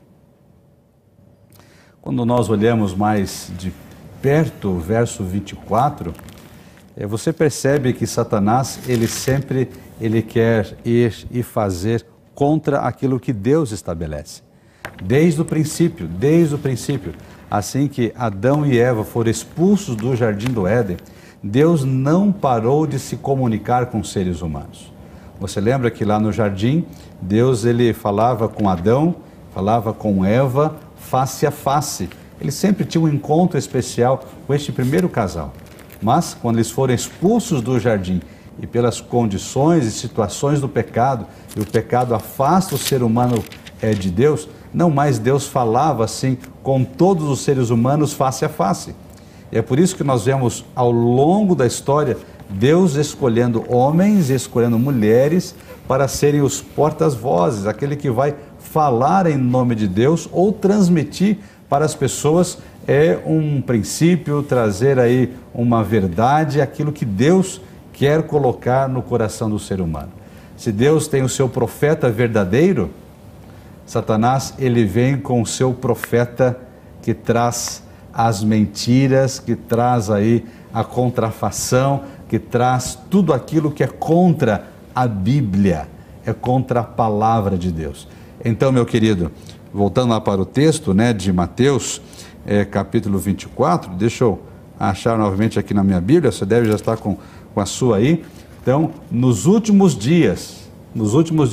Quando nós olhamos mais de perto o verso 24, você percebe que Satanás, ele quer ir e fazer contra aquilo que Deus estabelece. Desde o princípio, assim que Adão e Eva foram expulsos do jardim do Éden, Deus não parou de se comunicar com os seres humanos. Você lembra que lá no jardim, Deus ele falava com Adão, falava com Eva, face a face. Ele sempre tinha um encontro especial com este primeiro casal. Mas, quando eles foram expulsos do jardim e pelas condições e situações do pecado, e o pecado afasta o ser humano de Deus, não mais Deus falava assim com todos os seres humanos face a face. E é por isso que nós vemos ao longo da história Deus escolhendo homens e escolhendo mulheres para serem os portas-vozes, aquele que vai falar em nome de Deus ou transmitir para as pessoas um princípio, trazer aí uma verdade, aquilo que Deus quer colocar no coração do ser humano. Se Deus tem o seu profeta verdadeiro, Satanás ele vem com o seu profeta que traz as mentiras, que traz aí a contrafação, que traz tudo aquilo que é contra a Bíblia, é contra a palavra de Deus. Então, meu querido, voltando lá para o texto, né, de Mateus, capítulo 24, deixa eu achar novamente aqui na minha Bíblia, você deve já estar com a sua aí. Então, nos últimos dias,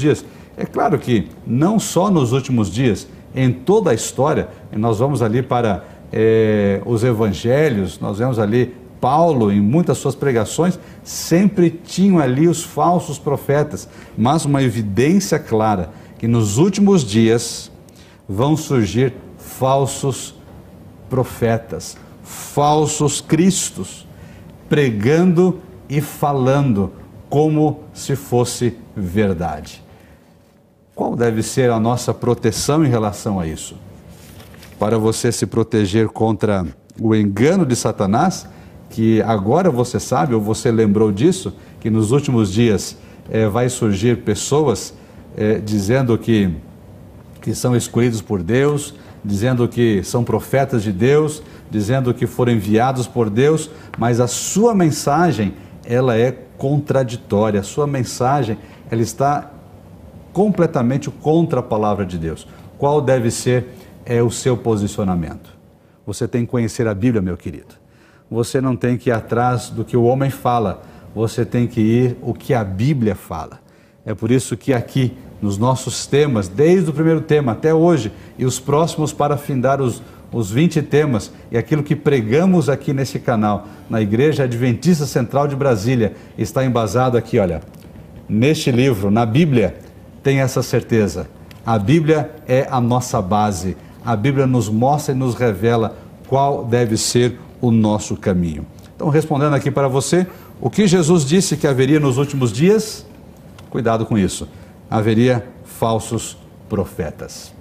É claro que não só nos últimos dias, em toda a história, nós vamos ali para os evangelhos, nós vemos ali Paulo, em muitas suas pregações, sempre tinham ali os falsos profetas, mas uma evidência clara que nos últimos dias vão surgir falsos profetas, falsos cristos, pregando e falando como se fosse verdade. Qual deve ser a nossa proteção em relação a isso? Para você se proteger contra o engano de Satanás, que agora você sabe, ou você lembrou disso, que nos últimos dias vai surgir pessoas dizendo que são escolhidos por Deus, dizendo que são profetas de Deus, dizendo que foram enviados por Deus, mas a sua mensagem, ela é contraditória, a sua mensagem, ela está completamente contra a palavra de Deus. Qual deve ser o seu posicionamento? Você tem que conhecer a Bíblia, meu querido. Você não tem que ir atrás do que o homem fala, você tem que ir o que a Bíblia fala. É por isso que aqui, nos nossos temas, desde o primeiro tema até hoje, e os próximos para findar os 20 temas, e aquilo que pregamos aqui nesse canal, na Igreja Adventista Central de Brasília, está embasado aqui, olha, neste livro, na Bíblia, tem essa certeza. A Bíblia é a nossa base. A Bíblia nos mostra e nos revela qual deve ser o nosso caminho. Então, respondendo aqui para você, o que Jesus disse que haveria nos últimos dias? Cuidado com isso. Haveria falsos profetas.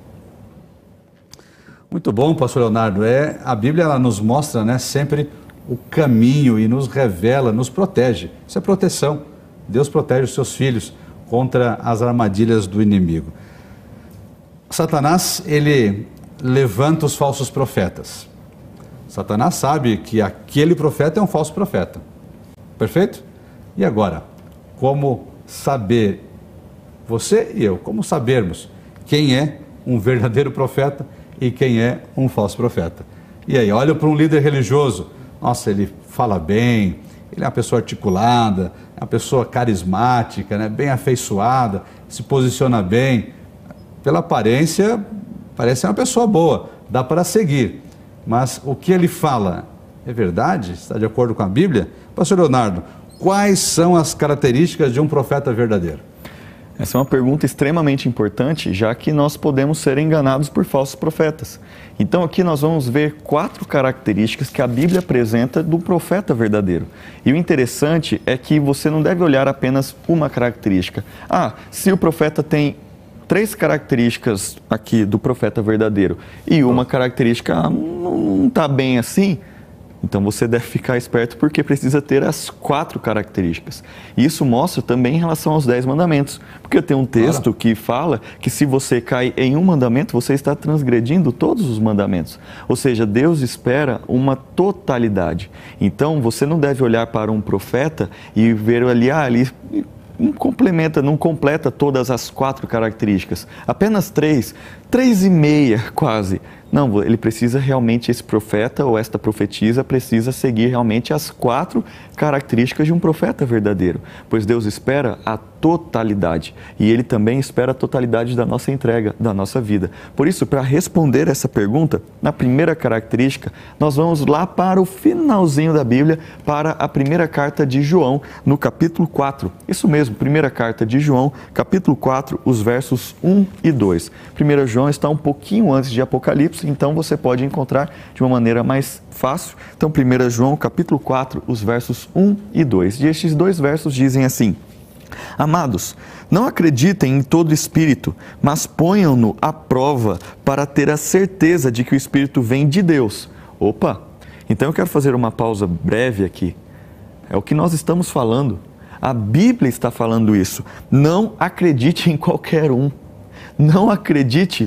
Muito bom, pastor Leonardo. A Bíblia ela nos mostra, né, sempre o caminho e nos revela, nos protege. Isso é proteção. Deus protege os seus filhos contra as armadilhas do inimigo. Satanás, ele levanta os falsos profetas. Satanás sabe que aquele profeta é um falso profeta. Perfeito? E agora, como saber, você e eu, como sabermos quem é um verdadeiro profeta e quem é um falso profeta? E aí, olha para um líder religioso, nossa, ele fala bem, ele é uma pessoa articulada, é uma pessoa carismática, né, bem afeiçoada, se posiciona bem, pela aparência, parece uma pessoa boa, dá para seguir. Mas o que ele fala é verdade? Está de acordo com a Bíblia? Pastor Leonardo, quais são as características de um profeta verdadeiro? Essa é uma pergunta extremamente importante, já que nós podemos ser enganados por falsos profetas. Então aqui nós vamos ver 4 características que a Bíblia apresenta do profeta verdadeiro. E o interessante é que você não deve olhar apenas uma característica. Se o profeta tem 3 características aqui do profeta verdadeiro e uma característica não está bem assim, então você deve ficar esperto porque precisa ter as 4 características. E isso mostra também em relação aos 10 mandamentos, porque tem um texto que fala que se você cai em um mandamento, você está transgredindo todos os mandamentos. Ou seja, Deus espera uma totalidade. Então você não deve olhar para um profeta e ver ali não completa todas as 4 características, apenas 3,5 quase. Não, ele precisa realmente, esse profeta ou esta profetisa precisa seguir realmente as 4 características de um profeta verdadeiro, pois Deus espera a totalidade e Ele também espera a totalidade da nossa entrega, da nossa vida. Por isso, para responder essa pergunta, na primeira característica, nós vamos lá para o finalzinho da Bíblia, para a primeira carta de João, no capítulo 4. Isso mesmo, primeira carta de João, capítulo 4, os versos 1 e 2. 1 João está um pouquinho antes de Apocalipse, então você pode encontrar de uma maneira mais fácil. Então, 1 João, capítulo 4, os versos 1 e 2. E estes 2 versos dizem assim: Amados, não acreditem em todo espírito, mas ponham-no à prova para ter a certeza de que o Espírito vem de Deus. Opa! Então eu quero fazer uma pausa breve aqui. É o que nós estamos falando. A Bíblia está falando isso. Não acredite em qualquer um. Não acredite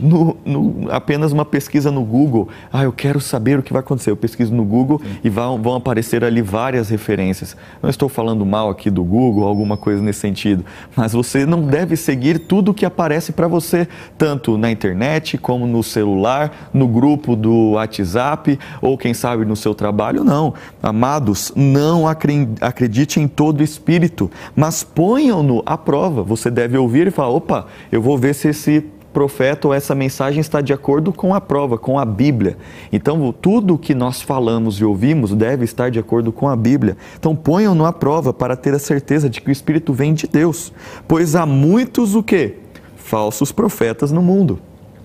apenas uma pesquisa no Google. Eu quero saber o que vai acontecer. Eu pesquiso no Google e vão aparecer ali várias referências. Não estou falando mal aqui do Google, alguma coisa nesse sentido, mas você não deve seguir tudo o que aparece para você, tanto na internet como no celular, no grupo do WhatsApp ou quem sabe no seu trabalho. Não, amados, não acredite em todo espírito, mas ponham-no à prova. Você deve ouvir e falar, opa, eu vou ver se esse profeta ou essa mensagem está de acordo com a prova, com a Bíblia. Então, tudo que nós falamos e ouvimos deve estar de acordo com a Bíblia. Então, ponham-no à prova para ter a certeza de que o Espírito vem de Deus, pois há muitos o quê? Falsos profetas no mundo.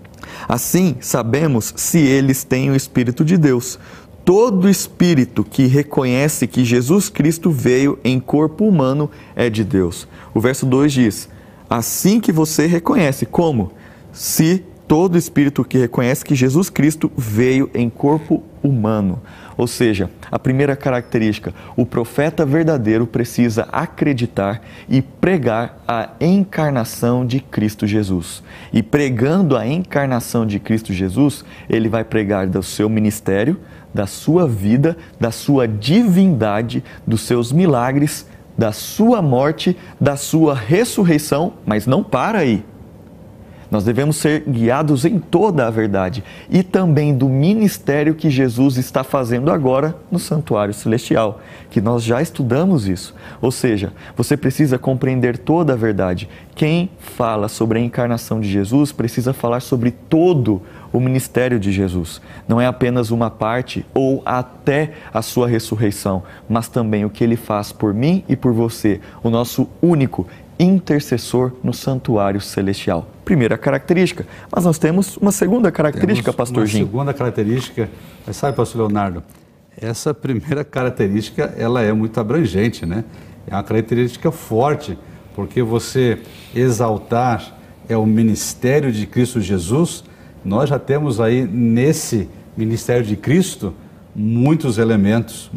Assim, sabemos se eles têm o Espírito de Deus. Todo espírito que reconhece que Jesus Cristo veio em corpo humano é de Deus. O verso 2 diz, assim que você reconhece, como? Se todo espírito que reconhece que Jesus Cristo veio em corpo humano. Ou seja, a primeira característica, o profeta verdadeiro precisa acreditar e pregar a encarnação de Cristo Jesus. E pregando a encarnação de Cristo Jesus, ele vai pregar do seu ministério, da sua vida, da sua divindade, dos seus milagres, da sua morte, da sua ressurreição, mas não para aí. Nós devemos ser guiados em toda a verdade e também do ministério que Jesus está fazendo agora no santuário celestial, que nós já estudamos isso. Ou seja, você precisa compreender toda a verdade. Quem fala sobre a encarnação de Jesus precisa falar sobre todo o ministério de Jesus. Não é apenas uma parte ou até a sua ressurreição, mas também o que ele faz por mim e por você, o nosso único intercessor no santuário celestial. Primeira característica. Mas nós temos uma segunda característica, pastor Jim. Uma segunda característica, mas sabe, pastor Leonardo, essa primeira característica, ela é muito abrangente, né? É uma característica forte, porque você exaltar o ministério de Cristo Jesus, nós já temos aí nesse ministério de Cristo muitos elementos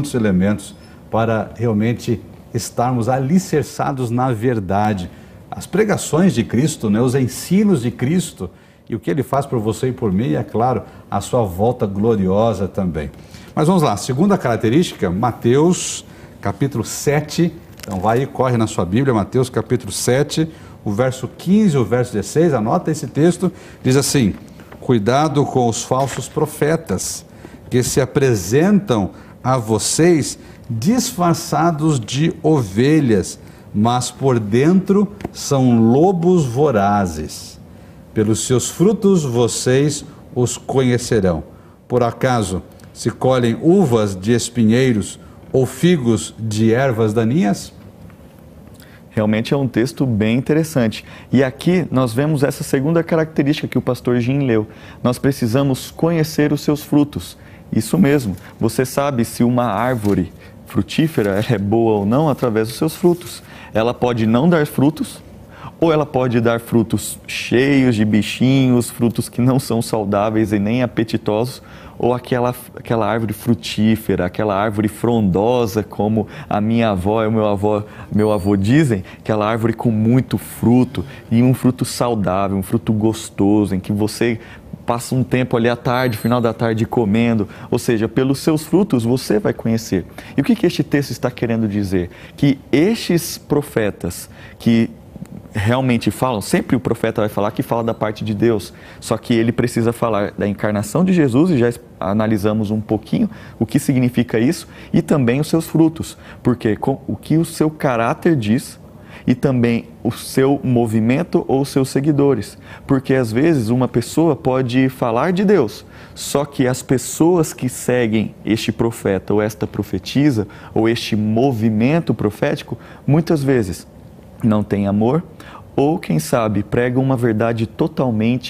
para realmente estarmos alicerçados na verdade. As pregações de Cristo, né, os ensinos de Cristo e o que Ele faz por você e por mim, e é claro, a sua volta gloriosa também. Mas vamos lá, segunda característica, Mateus capítulo 7, então vai e corre na sua Bíblia, Mateus capítulo 7, o verso 15 e o verso 16, anota esse texto, diz assim, cuidado com os falsos profetas, que se apresentam a vocês disfarçados de ovelhas, mas por dentro são lobos vorazes. Pelos seus frutos vocês os conhecerão. Por acaso se colhem uvas de espinheiros ou figos de ervas daninhas? Realmente é um texto bem interessante. E aqui nós vemos essa segunda característica que o pastor Jim leu. Nós precisamos conhecer os seus frutos. Isso mesmo, você sabe se uma árvore frutífera é boa ou não através dos seus frutos. Ela pode não dar frutos, ou ela pode dar frutos cheios de bichinhos, frutos que não são saudáveis e nem apetitosos, ou aquela árvore frutífera, aquela árvore frondosa, como a minha avó e o meu avô dizem, aquela árvore com muito fruto, e um fruto saudável, um fruto gostoso, em que você passa um tempo ali à tarde, final da tarde, comendo. Ou seja, pelos seus frutos você vai conhecer. E o que este texto está querendo dizer? Que estes profetas que realmente falam, sempre o profeta vai falar que fala da parte de Deus, só que ele precisa falar da encarnação de Jesus, e já analisamos um pouquinho o que significa isso, e também os seus frutos, porque o que o seu caráter diz, e também o seu movimento ou os seus seguidores. Porque às vezes uma pessoa pode falar de Deus, só que as pessoas que seguem este profeta ou esta profetisa ou este movimento profético, muitas vezes não têm amor ou, quem sabe, pregam uma verdade totalmente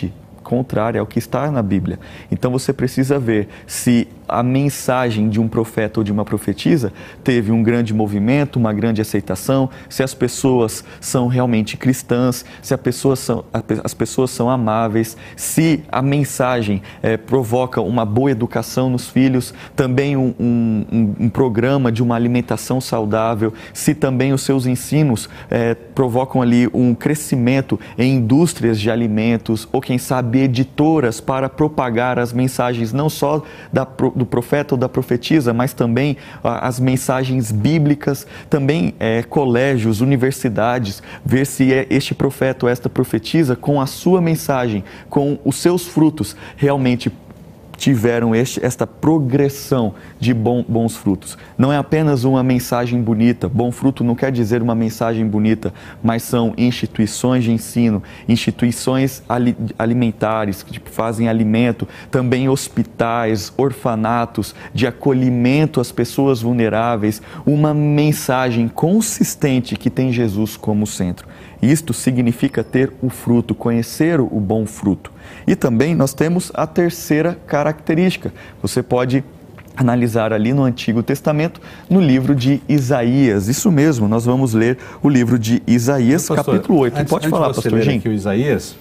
contrária ao que está na Bíblia. Então você precisa ver se a mensagem de um profeta ou de uma profetisa teve um grande movimento, uma grande aceitação, se as pessoas são realmente cristãs, se as pessoas são amáveis, se a mensagem provoca uma boa educação nos filhos, também um programa de uma alimentação saudável, se também os seus ensinos provocam ali um crescimento em indústrias de alimentos, ou quem sabe editoras para propagar as mensagens não só do profeta ou da profetisa, mas também as mensagens bíblicas, também colégios, universidades, ver se este profeta ou esta profetisa, com a sua mensagem, com os seus frutos, realmente tiveram esta progressão de bons frutos. Não é apenas uma mensagem bonita. Bom fruto não quer dizer uma mensagem bonita, mas são instituições de ensino, instituições alimentares que fazem alimento, também hospitais, orfanatos, de acolhimento às pessoas vulneráveis, uma mensagem consistente que tem Jesus como centro. Isto significa ter o fruto, conhecer o bom fruto. E também nós temos a terceira característica. Você pode analisar ali no Antigo Testamento, no livro de Isaías. Isso mesmo, nós vamos ler o livro de Isaías, pastor, capítulo 8. Pode falar, pastor Jim. Aqui o Isaías,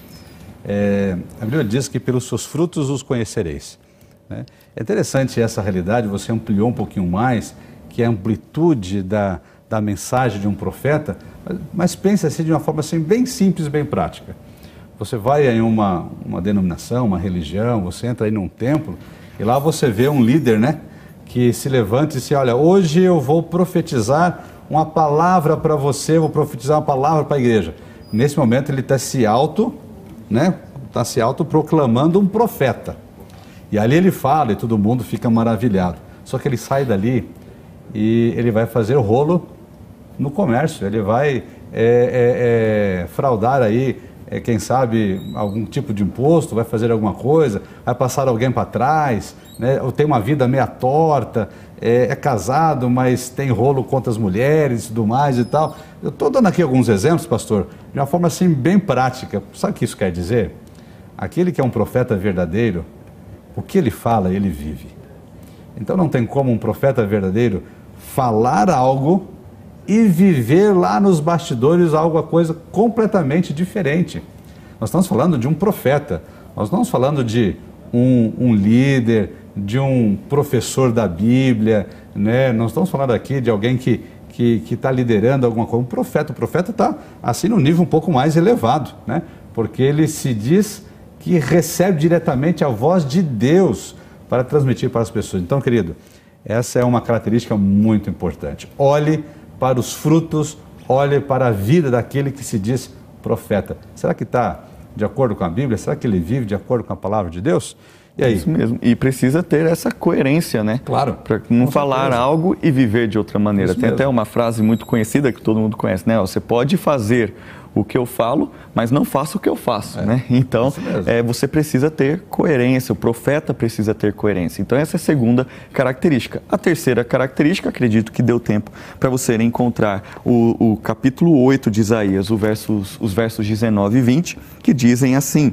a Bíblia diz que pelos seus frutos os conhecereis. Né? É interessante essa realidade, você ampliou um pouquinho mais, que é a amplitude da mensagem de um profeta, mas pense assim de uma forma assim, bem simples, bem prática. Você vai em uma denominação, uma religião, você entra aí num templo e lá você vê um líder, né, que se levanta e diz, olha, hoje eu vou profetizar uma palavra para você, vou profetizar uma palavra para a igreja. Nesse momento ele está se autoproclamando um profeta. E ali ele fala e todo mundo fica maravilhado. Só que ele sai dali e ele vai fazer rolo no comércio, ele vai fraudar aí, quem sabe, algum tipo de imposto, vai fazer alguma coisa, vai passar alguém para trás, né? Ou tem uma vida meia torta, é casado, mas tem rolo contra as mulheres e tudo mais e tal. Eu estou dando aqui alguns exemplos, pastor, de uma forma assim bem prática. Sabe o que isso quer dizer? Aquele que é um profeta verdadeiro, o que ele fala, ele vive. Então não tem como um profeta verdadeiro falar algo e viver lá nos bastidores coisa completamente diferente. Nós estamos falando de um profeta, nós não estamos falando de um líder, de um professor da Bíblia, né? Nós estamos falando aqui de alguém que está liderando alguma coisa. O profeta está assim num nível um pouco mais elevado, né? Porque ele se diz que recebe diretamente a voz de Deus para transmitir para as pessoas. Então, querido, essa é uma característica muito importante. Olhe para os frutos, olhe para a vida daquele que se diz profeta. Será que está de acordo com a Bíblia? Será que ele vive de acordo com a palavra de Deus? E aí? Isso mesmo. E precisa ter essa coerência, né? Claro. Para não falar algo e viver de outra maneira. Isso Tem mesmo. até uma frase muito conhecida que todo mundo conhece, né? Você pode fazer o que eu falo, mas não faça o que eu faço, né? Então, você precisa ter coerência, o profeta precisa ter coerência. Então, essa é a segunda característica. A terceira característica, acredito que deu tempo para você encontrar o capítulo 8 de Isaías, os versos 19 e 20, que dizem assim,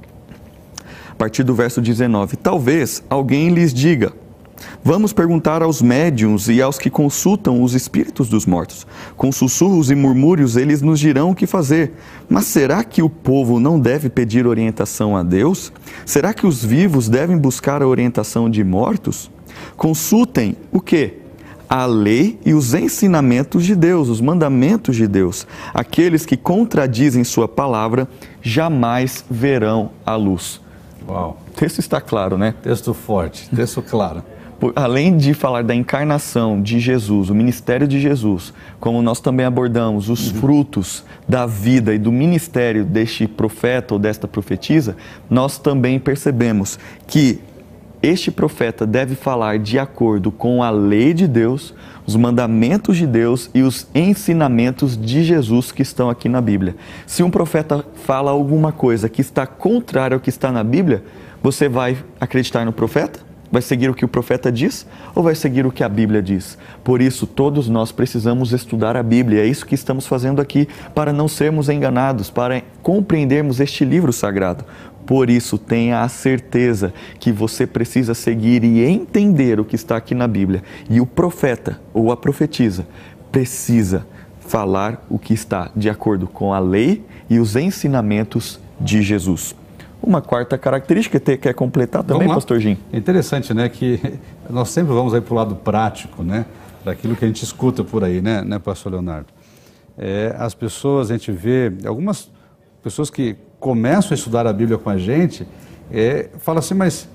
a partir do verso 19, talvez alguém lhes diga, vamos perguntar aos médiuns e aos que consultam os espíritos dos mortos. Com sussurros e murmúrios eles nos dirão o que fazer. Mas será que o povo não deve pedir orientação a Deus? Será que os vivos devem buscar a orientação de mortos? Consultem o quê? A lei e os ensinamentos de Deus, os mandamentos de Deus. Aqueles que contradizem sua palavra jamais verão a luz. Uau. O texto está claro, né? Texto forte, texto claro. Além de falar da encarnação de Jesus, o ministério de Jesus, como nós também abordamos os frutos da vida e do ministério deste profeta ou desta profetisa, nós também percebemos que este profeta deve falar de acordo com a lei de Deus, os mandamentos de Deus e os ensinamentos de Jesus que estão aqui na Bíblia. Se um profeta fala alguma coisa que está contrária ao que está na Bíblia, você vai acreditar no profeta? Vai seguir o que o profeta diz ou vai seguir o que a Bíblia diz? Por isso, todos nós precisamos estudar a Bíblia. É isso que estamos fazendo aqui para não sermos enganados, para compreendermos este livro sagrado. Por isso, tenha a certeza que você precisa seguir e entender o que está aqui na Bíblia. E o profeta ou a profetisa precisa falar o que está de acordo com a lei e os ensinamentos de Jesus. Uma quarta característica, quer completar também, pastor Jim? É interessante, né, que nós sempre vamos aí para o lado prático, né, daquilo que a gente escuta por aí, né pastor Leonardo? As pessoas, a gente vê, algumas pessoas que começam a estudar a Bíblia com a gente, falam assim, mas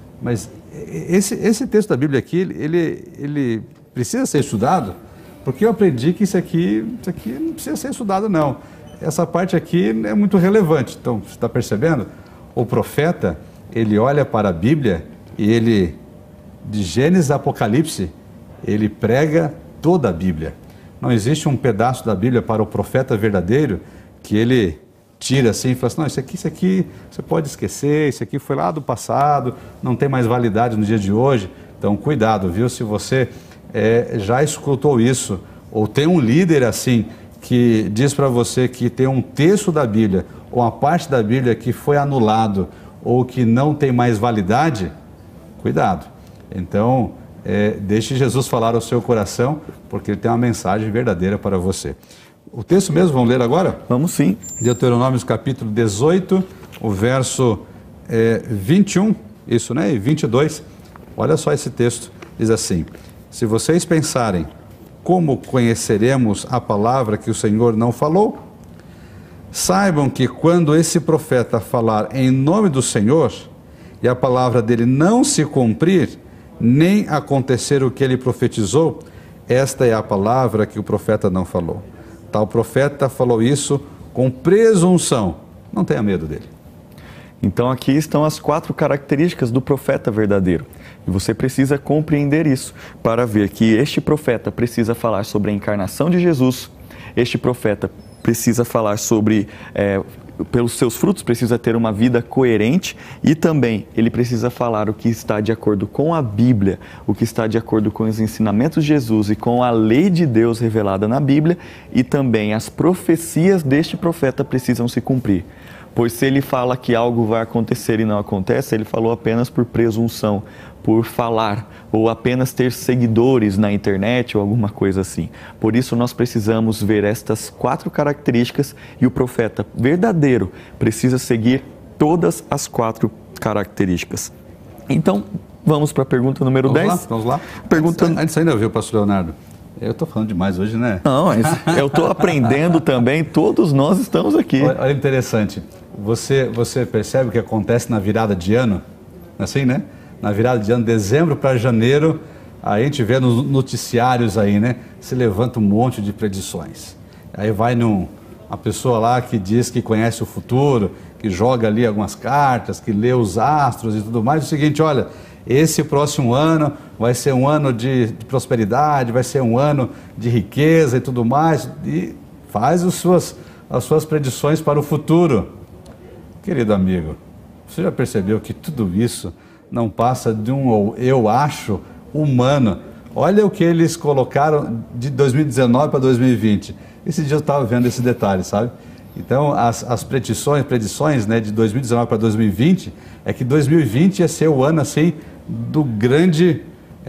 esse texto da Bíblia aqui, ele precisa ser estudado? Porque eu aprendi que isso aqui não precisa ser estudado, não. Essa parte aqui é muito relevante. Então, você está percebendo? O profeta, ele olha para a Bíblia e ele, de Gênesis a Apocalipse, ele prega toda a Bíblia. Não existe um pedaço da Bíblia para o profeta verdadeiro que ele tira assim e fala assim, não, isso aqui você pode esquecer, isso aqui foi lá do passado, não tem mais validade no dia de hoje. Então, cuidado, viu? Se você já escutou isso, ou tem um líder assim, que diz para você que tem um texto da Bíblia, ou uma parte da Bíblia que foi anulado, ou que não tem mais validade, cuidado. Então, deixe Jesus falar ao seu coração, porque ele tem uma mensagem verdadeira para você. O texto mesmo, vamos ler agora? Vamos sim. Deuteronômio capítulo 18, o verso 21, isso, né? E 22. Olha só esse texto, diz assim: se vocês pensarem, como conheceremos a palavra que o Senhor não falou? Saibam que quando esse profeta falar em nome do Senhor, e a palavra dele não se cumprir, nem acontecer o que ele profetizou, esta é a palavra que o profeta não falou. Tal profeta falou isso com presunção. Não tenha medo dele. Então aqui estão as 4 características do profeta verdadeiro. E você precisa compreender isso para ver que este profeta precisa falar sobre a encarnação de Jesus, este profeta precisa falar sobre, pelos seus frutos, precisa ter uma vida coerente e também ele precisa falar o que está de acordo com a Bíblia, o que está de acordo com os ensinamentos de Jesus e com a lei de Deus revelada na Bíblia, e também as profecias deste profeta precisam se cumprir. Pois se ele fala que algo vai acontecer e não acontece, ele falou apenas por presunção, por falar, ou apenas ter seguidores na internet ou alguma coisa assim. Por isso nós precisamos ver estas 4 características e o profeta verdadeiro precisa seguir todas as 4 características. Então, vamos para a pergunta número 10. Vamos lá. Antes ainda, viu, pastor Leonardo? Eu estou falando demais hoje, né? Não, eu estou aprendendo também, todos nós estamos aqui. Olha, interessante, você percebe o que acontece na virada de ano? Assim, né? Na virada de ano, dezembro para janeiro, a gente vê nos noticiários aí, né? Se levanta um monte de predições. Aí vai uma pessoa lá que diz que conhece o futuro, que joga ali algumas cartas, que lê os astros e tudo mais. É o seguinte, olha, esse próximo ano vai ser um ano de prosperidade, vai ser um ano de riqueza e tudo mais, e faz as suas predições para o futuro. Querido amigo, você já percebeu que tudo isso não passa de um eu acho humano? Olha o que eles colocaram de 2019 para 2020. Esse dia eu estava vendo esse detalhe, sabe? Então, as predições, né, de 2019 para 2020, é que 2020 ia ser o ano assim do grande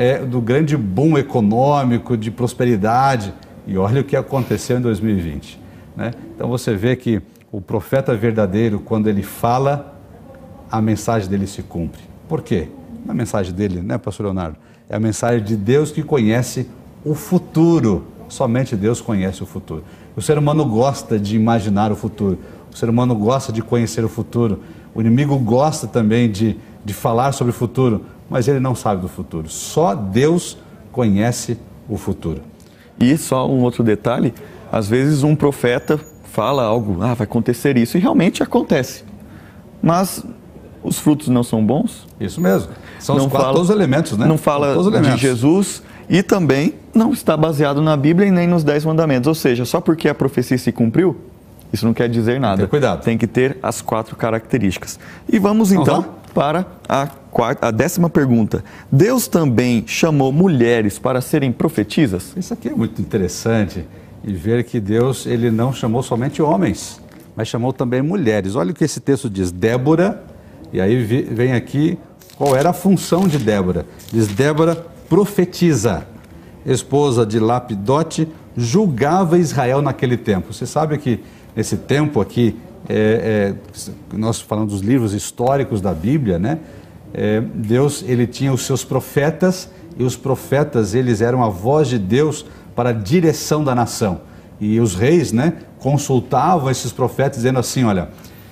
boom econômico, de prosperidade. E olha o que aconteceu em 2020. Né? Então você vê que o profeta verdadeiro, quando ele fala, a mensagem dele se cumpre. Por quê? Não é a mensagem dele, né, pastor Leonardo? É a mensagem de Deus que conhece o futuro. Somente Deus conhece o futuro. O ser humano gosta de imaginar o futuro. O ser humano gosta de conhecer o futuro. O inimigo gosta também de falar sobre o futuro, mas ele não sabe do futuro. Só Deus conhece o futuro. E só um outro detalhe, às vezes um profeta fala algo, vai acontecer isso, e realmente acontece. Mas os frutos não são bons? Isso mesmo. São todos os elementos, né? Não fala de Jesus e também não está baseado na Bíblia e nem nos 10 mandamentos. Ou seja, só porque a profecia se cumpriu, isso não quer dizer nada. Cuidado. Tem que ter as 4 características. E vamos então para a 10ª pergunta. Deus também chamou mulheres para serem profetisas? Isso aqui é muito interessante, e ver que Deus, ele não chamou somente homens, mas chamou também mulheres. Olha o que esse texto diz: Débora, E aí vem aqui qual era a função de Débora. Diz: Débora profetiza, esposa de Lapidote, julgava Israel naquele tempo. Você sabe que nesse tempo aqui, nós falamos dos livros históricos da Bíblia, né? Deus, ele tinha os seus profetas, e os profetas, eles eram a voz de Deus para a direção da nação. E os reis, né, consultavam esses profetas dizendo assim: olha,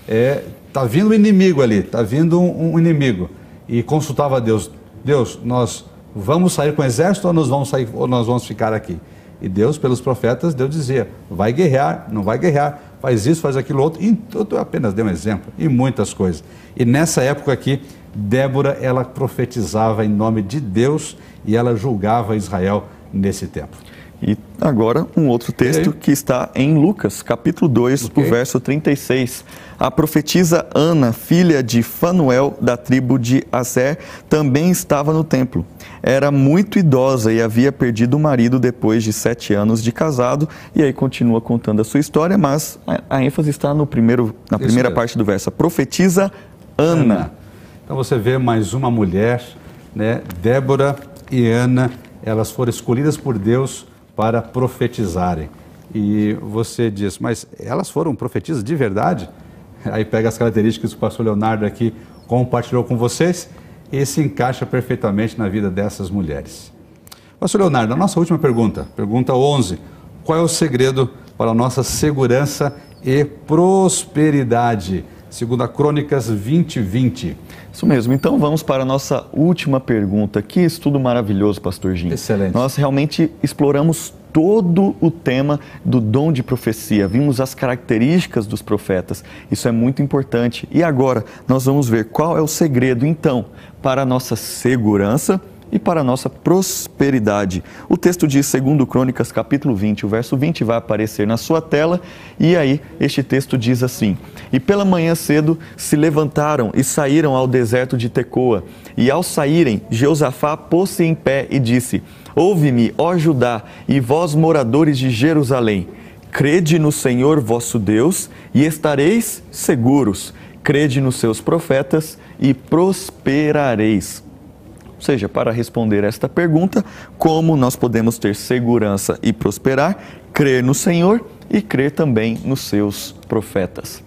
está vindo um inimigo ali, está vindo um inimigo. E consultava a Deus: Deus, nós vamos sair com o exército ou nós vamos ficar aqui? E Deus, pelos profetas, Deus dizia: vai guerrear, não vai guerrear, faz isso, faz aquilo outro. E eu apenas dei um exemplo, e muitas coisas. E nessa época aqui, Débora, ela profetizava em nome de Deus e ela julgava Israel nesse tempo. E agora um outro texto que está em Lucas, capítulo 2, o verso 36. A profetisa Ana, filha de Fanuel, da tribo de Aser, também estava no templo. Era muito idosa e havia perdido o marido depois de 7 anos de casado. E aí continua contando a sua história, mas a ênfase está na primeira parte do verso. A profetisa Ana. Então você vê mais uma mulher, né? Débora e Ana, elas foram escolhidas por Deus para profetizarem. E você diz: mas elas foram profetisas de verdade? Aí pega as características que o pastor Leonardo aqui compartilhou com vocês e se encaixa perfeitamente na vida dessas mulheres. Pastor Leonardo, a nossa última pergunta, pergunta 11. Qual é o segredo para a nossa segurança e prosperidade? 2 Crônicas 20:20. Isso mesmo. Então vamos para a nossa última pergunta. Que estudo maravilhoso, pastor Jim. Excelente. Nós realmente exploramos todo o tema do dom de profecia. Vimos as características dos profetas. Isso é muito importante. E agora nós vamos ver qual é o segredo, então, para a nossa segurança e para a nossa prosperidade. O texto diz, 2 Crônicas, capítulo 20, o verso 20 vai aparecer na sua tela, e aí este texto diz assim: E pela manhã cedo se levantaram e saíram ao deserto de Tecoa, e ao saírem, Jeosafá pôs-se em pé e disse: Ouve-me, ó Judá, e vós moradores de Jerusalém, crede no Senhor vosso Deus, e estareis seguros, crede nos seus profetas, e prosperareis. Ou seja, para responder esta pergunta, como nós podemos ter segurança e prosperar? Crer no Senhor e crer também nos seus profetas.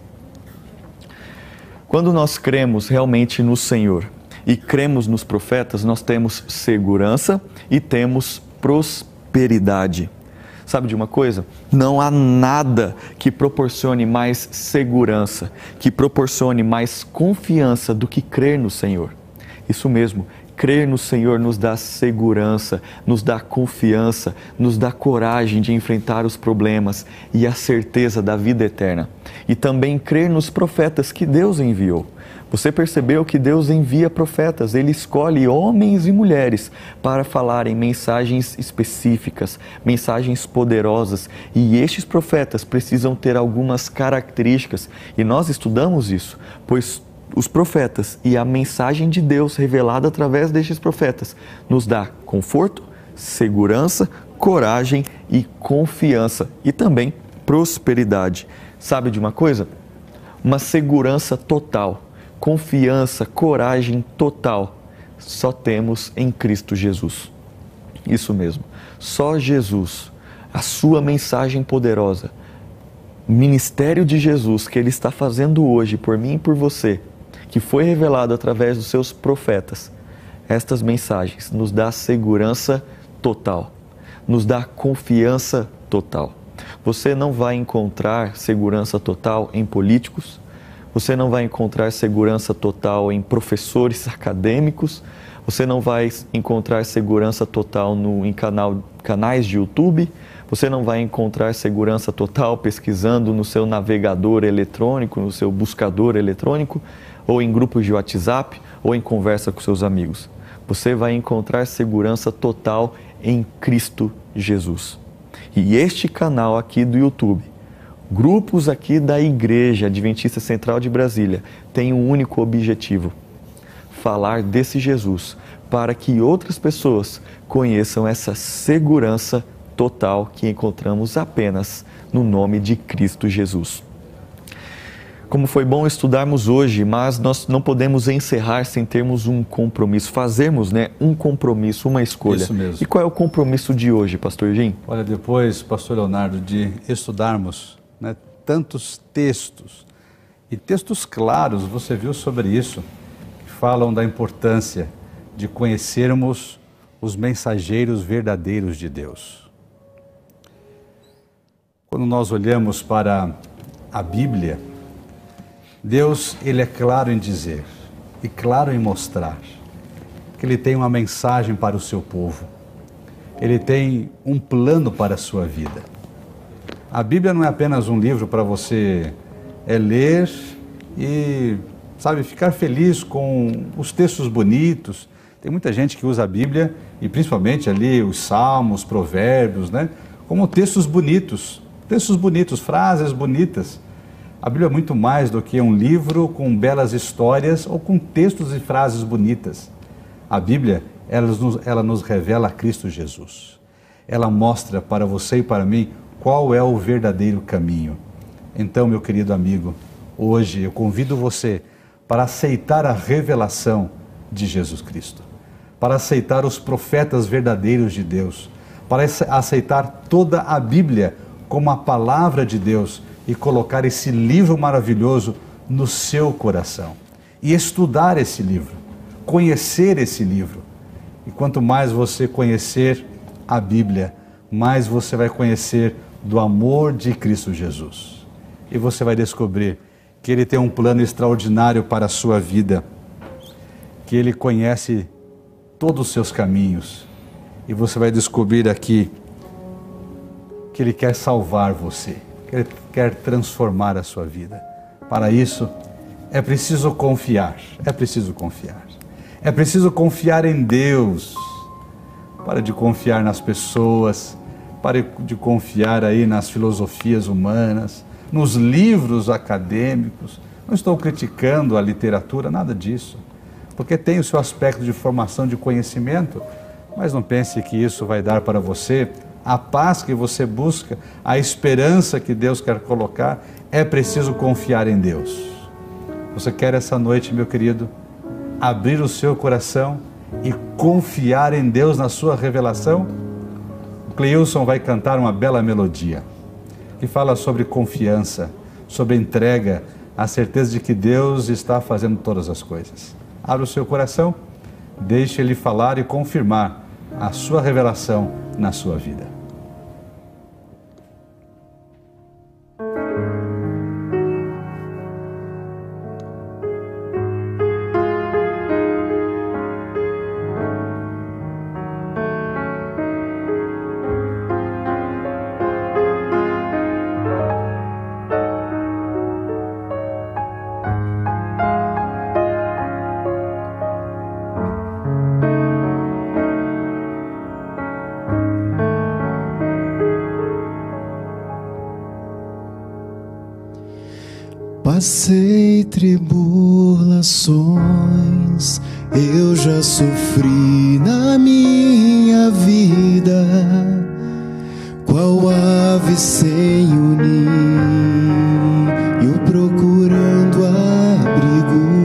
Quando nós cremos realmente no Senhor e cremos nos profetas, nós temos segurança e temos prosperidade. Sabe de uma coisa? Não há nada que proporcione mais segurança, que proporcione mais confiança do que crer no Senhor. Isso mesmo. Crer no Senhor nos dá segurança, nos dá confiança, nos dá coragem de enfrentar os problemas e a certeza da vida eterna. E também crer nos profetas que Deus enviou. Você percebeu que Deus envia profetas, Ele escolhe homens e mulheres para falarem mensagens específicas, mensagens poderosas. E estes profetas precisam ter algumas características. E nós estudamos isso, pois os profetas e a mensagem de Deus revelada através destes profetas nos dá conforto, segurança, coragem e confiança e também prosperidade. Sabe de uma coisa? Uma segurança total, confiança, coragem total só temos em Cristo Jesus. Isso mesmo, só Jesus, a sua mensagem poderosa, o ministério de Jesus que Ele está fazendo hoje por mim e por você, que foi revelado através dos seus profetas, estas mensagens nos dá segurança total, nos dá confiança total. Você não vai encontrar segurança total em políticos, você não vai encontrar segurança total em professores acadêmicos, você não vai encontrar segurança total em canais de YouTube, você não vai encontrar segurança total pesquisando no seu navegador eletrônico, no seu buscador eletrônico, ou em grupos de WhatsApp, ou em conversa com seus amigos. Você vai encontrar segurança total em Cristo Jesus. E este canal aqui do YouTube, grupos aqui da Igreja Adventista Central de Brasília, tem um único objetivo: falar desse Jesus, para que outras pessoas conheçam essa segurança total que encontramos apenas no nome de Cristo Jesus. como foi bom estudarmos hoje, mas nós não podemos encerrar sem termos um compromisso, fazermos, né, um compromisso, uma escolha. Isso mesmo. E qual é o compromisso de hoje, pastor Jim? Olha, depois, pastor Leonardo, de estudarmos, né, tantos textos, e textos claros, você viu sobre isso, que falam da importância de conhecermos os mensageiros verdadeiros de Deus. Quando nós olhamos para a Bíblia, Deus, Ele é claro em dizer e claro em mostrar que Ele tem uma mensagem para o seu povo. Ele tem um plano para a sua vida. A Bíblia não é apenas um livro para você ler e, sabe, ficar feliz com os textos bonitos. Tem muita gente que usa a Bíblia, e principalmente ali os Salmos, Provérbios, né, como textos bonitos, frases bonitas. A Bíblia é muito mais do que um livro com belas histórias ou com textos e frases bonitas. A Bíblia, ela nos revela a Cristo Jesus. Ela mostra para você e para mim qual é o verdadeiro caminho. Então, meu querido amigo, hoje eu convido você para aceitar a revelação de Jesus Cristo, para aceitar os profetas verdadeiros de Deus, para aceitar toda a Bíblia como a palavra de Deus e colocar esse livro maravilhoso no seu coração e estudar esse livro, conhecer esse livro. E quanto mais você conhecer a Bíblia, mais você vai conhecer do amor de Cristo Jesus. E você vai descobrir que Ele tem um plano extraordinário para a sua vida, que Ele conhece todos os seus caminhos. E você vai descobrir aqui que Ele quer salvar você, que Ele quer transformar a sua vida. Para isso, é preciso confiar, é preciso confiar. É preciso confiar em Deus. Para de confiar nas pessoas, para de confiar aí nas filosofias humanas, nos livros acadêmicos. Não estou criticando a literatura, nada disso, porque tem o seu aspecto de formação, de conhecimento, mas não pense que isso vai dar para você a paz que você busca, a esperança que Deus quer colocar. É preciso confiar em Deus. Você quer essa noite, meu querido, abrir o seu coração e confiar em Deus na sua revelação? O Cleilson vai cantar uma bela melodia que fala sobre confiança, sobre entrega, a certeza de que Deus está fazendo todas as coisas. Abra o seu coração, deixe Ele falar e confirmar a sua revelação na sua vida. Passei tribulações, eu já sofri na minha vida, qual ave sem o ninho procurando abrigo.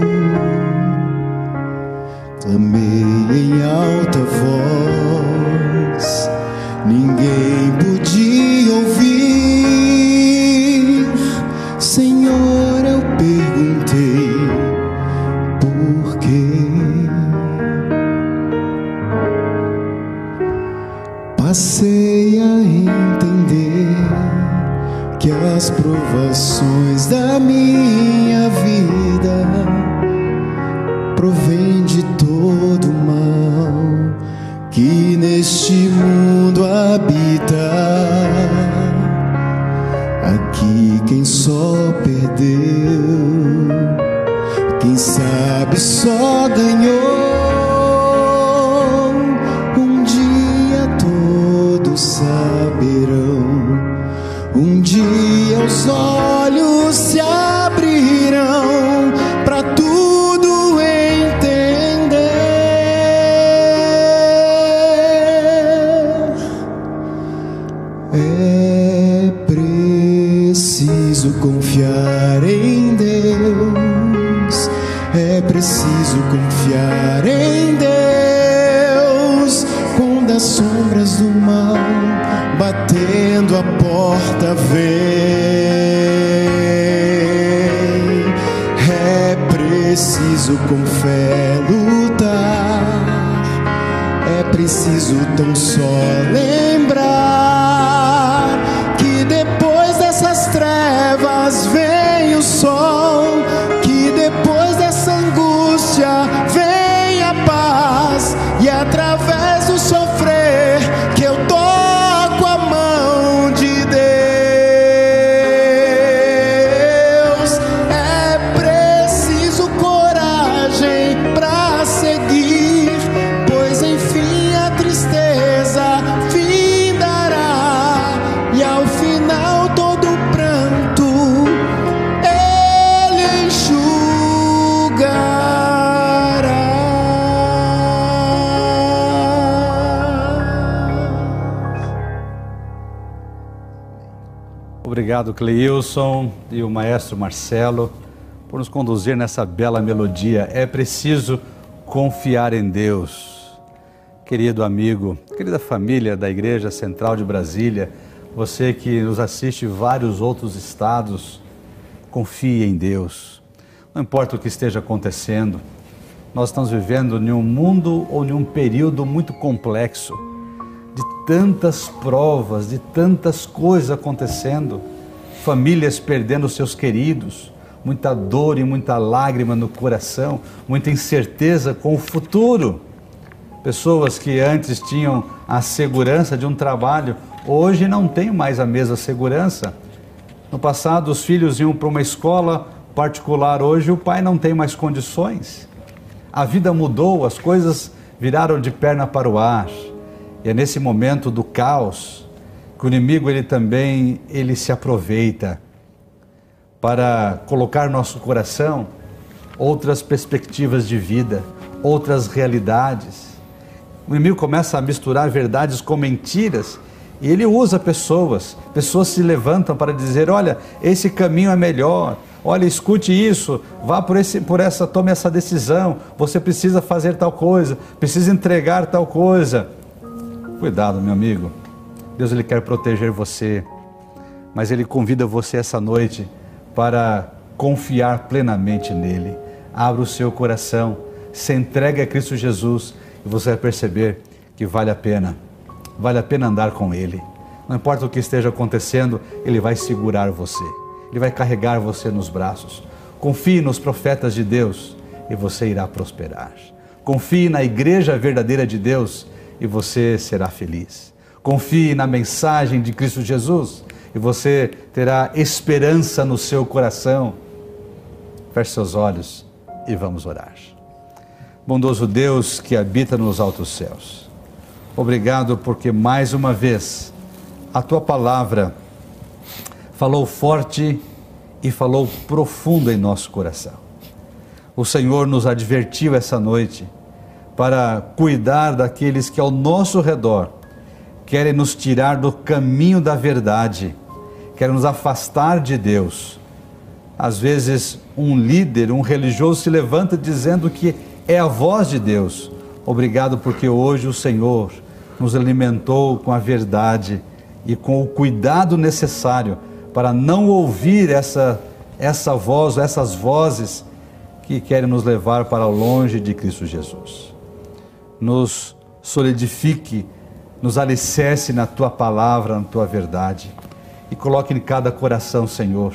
Clamei em alta voz, ninguém podia ouvir. Senhor, eu perguntei por quê. Passei a entender que as provações da minha vida provêm de todo o mal que neste mundo habita. Aqui quem só perdeu, quem sabe só ganhou. Um dia todos saberão, um dia os olhos se abrirão para tudo entender. É preciso confiar confiar em Deus. É preciso confiar em Deus. Quando as sombras do mal batendo a porta vem, é preciso com fé lutar. É preciso tão só lembrar que depois dessas trevas vem o sol, que depois dessa angústia vem a paz, e através do sofrer que eu toco a mão de Deus. É preciso coragem pra seguir, pois enfim a tristeza findará, e ao final todo pranto Ele enxugará. Obrigado, Cleilson e o maestro Marcelo, por nos conduzir nessa bela melodia. É preciso confiar em Deus. Querido amigo, querida família da Igreja Central de Brasília, você que nos assiste em vários outros estados, confie em Deus. Não importa o que esteja acontecendo, nós estamos vivendo em um mundo ou em um período muito complexo, de tantas provas, de tantas coisas acontecendo, famílias perdendo seus queridos, muita dor e muita lágrima no coração, muita incerteza com o futuro. Pessoas que antes tinham a segurança de um trabalho, hoje não têm mais a mesma segurança. No passado, os filhos iam para uma escola particular, hoje o pai não tem mais condições. A vida mudou, as coisas viraram de perna para o ar. E é nesse momento do caos que o inimigo ele se aproveita para colocar no nosso coração outras perspectivas de vida, outras realidades. O inimigo começa a misturar verdades com mentiras e ele usa pessoas se levantam para dizer: olha, esse caminho é melhor, olha, escute isso, vá tome essa decisão, você precisa fazer tal coisa, precisa entregar tal coisa. Cuidado, meu amigo, Deus ele quer proteger você, mas ele convida você essa noite para confiar plenamente nele. Abra o seu coração, se entregue a Cristo Jesus e você vai perceber que vale a pena andar com ele. Não importa o que esteja acontecendo, ele vai segurar você, ele vai carregar você nos braços. Confie nos profetas de Deus e você irá prosperar. Confie na igreja verdadeira de Deus e você será feliz. Confie na mensagem de Cristo Jesus e você terá esperança no seu coração. Feche seus olhos e vamos orar. Bondoso Deus que habita nos altos céus, obrigado porque mais uma vez a Tua palavra falou forte e falou profundo em nosso coração. O Senhor nos advertiu essa noite para cuidar daqueles que ao nosso redor querem nos tirar do caminho da verdade, querem nos afastar de Deus. Às vezes um líder, um religioso se levanta dizendo que é a voz de Deus. Obrigado porque hoje o Senhor nos alimentou com a verdade e com o cuidado necessário para não ouvir essa voz, essas vozes que querem nos levar para longe de Cristo Jesus. Nos solidifique, nos alicerce na Tua palavra, na Tua verdade e coloque em cada coração, Senhor,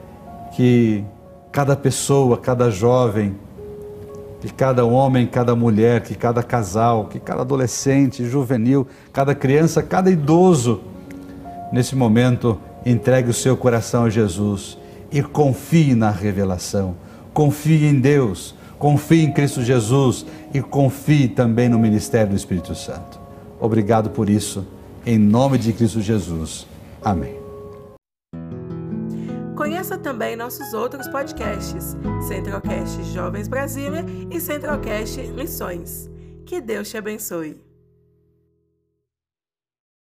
que cada pessoa, cada jovem, que cada homem, cada mulher, que cada casal, que cada adolescente, juvenil, cada criança, cada idoso, nesse momento, entregue o seu coração a Jesus e confie na revelação, confie em Deus, confie em Cristo Jesus e confie também no ministério do Espírito Santo. Obrigado por isso, em nome de Cristo Jesus. Amém. Conheça também nossos outros podcasts, Centralcast Jovens Brasília e Centralcast Missões. Que Deus te abençoe.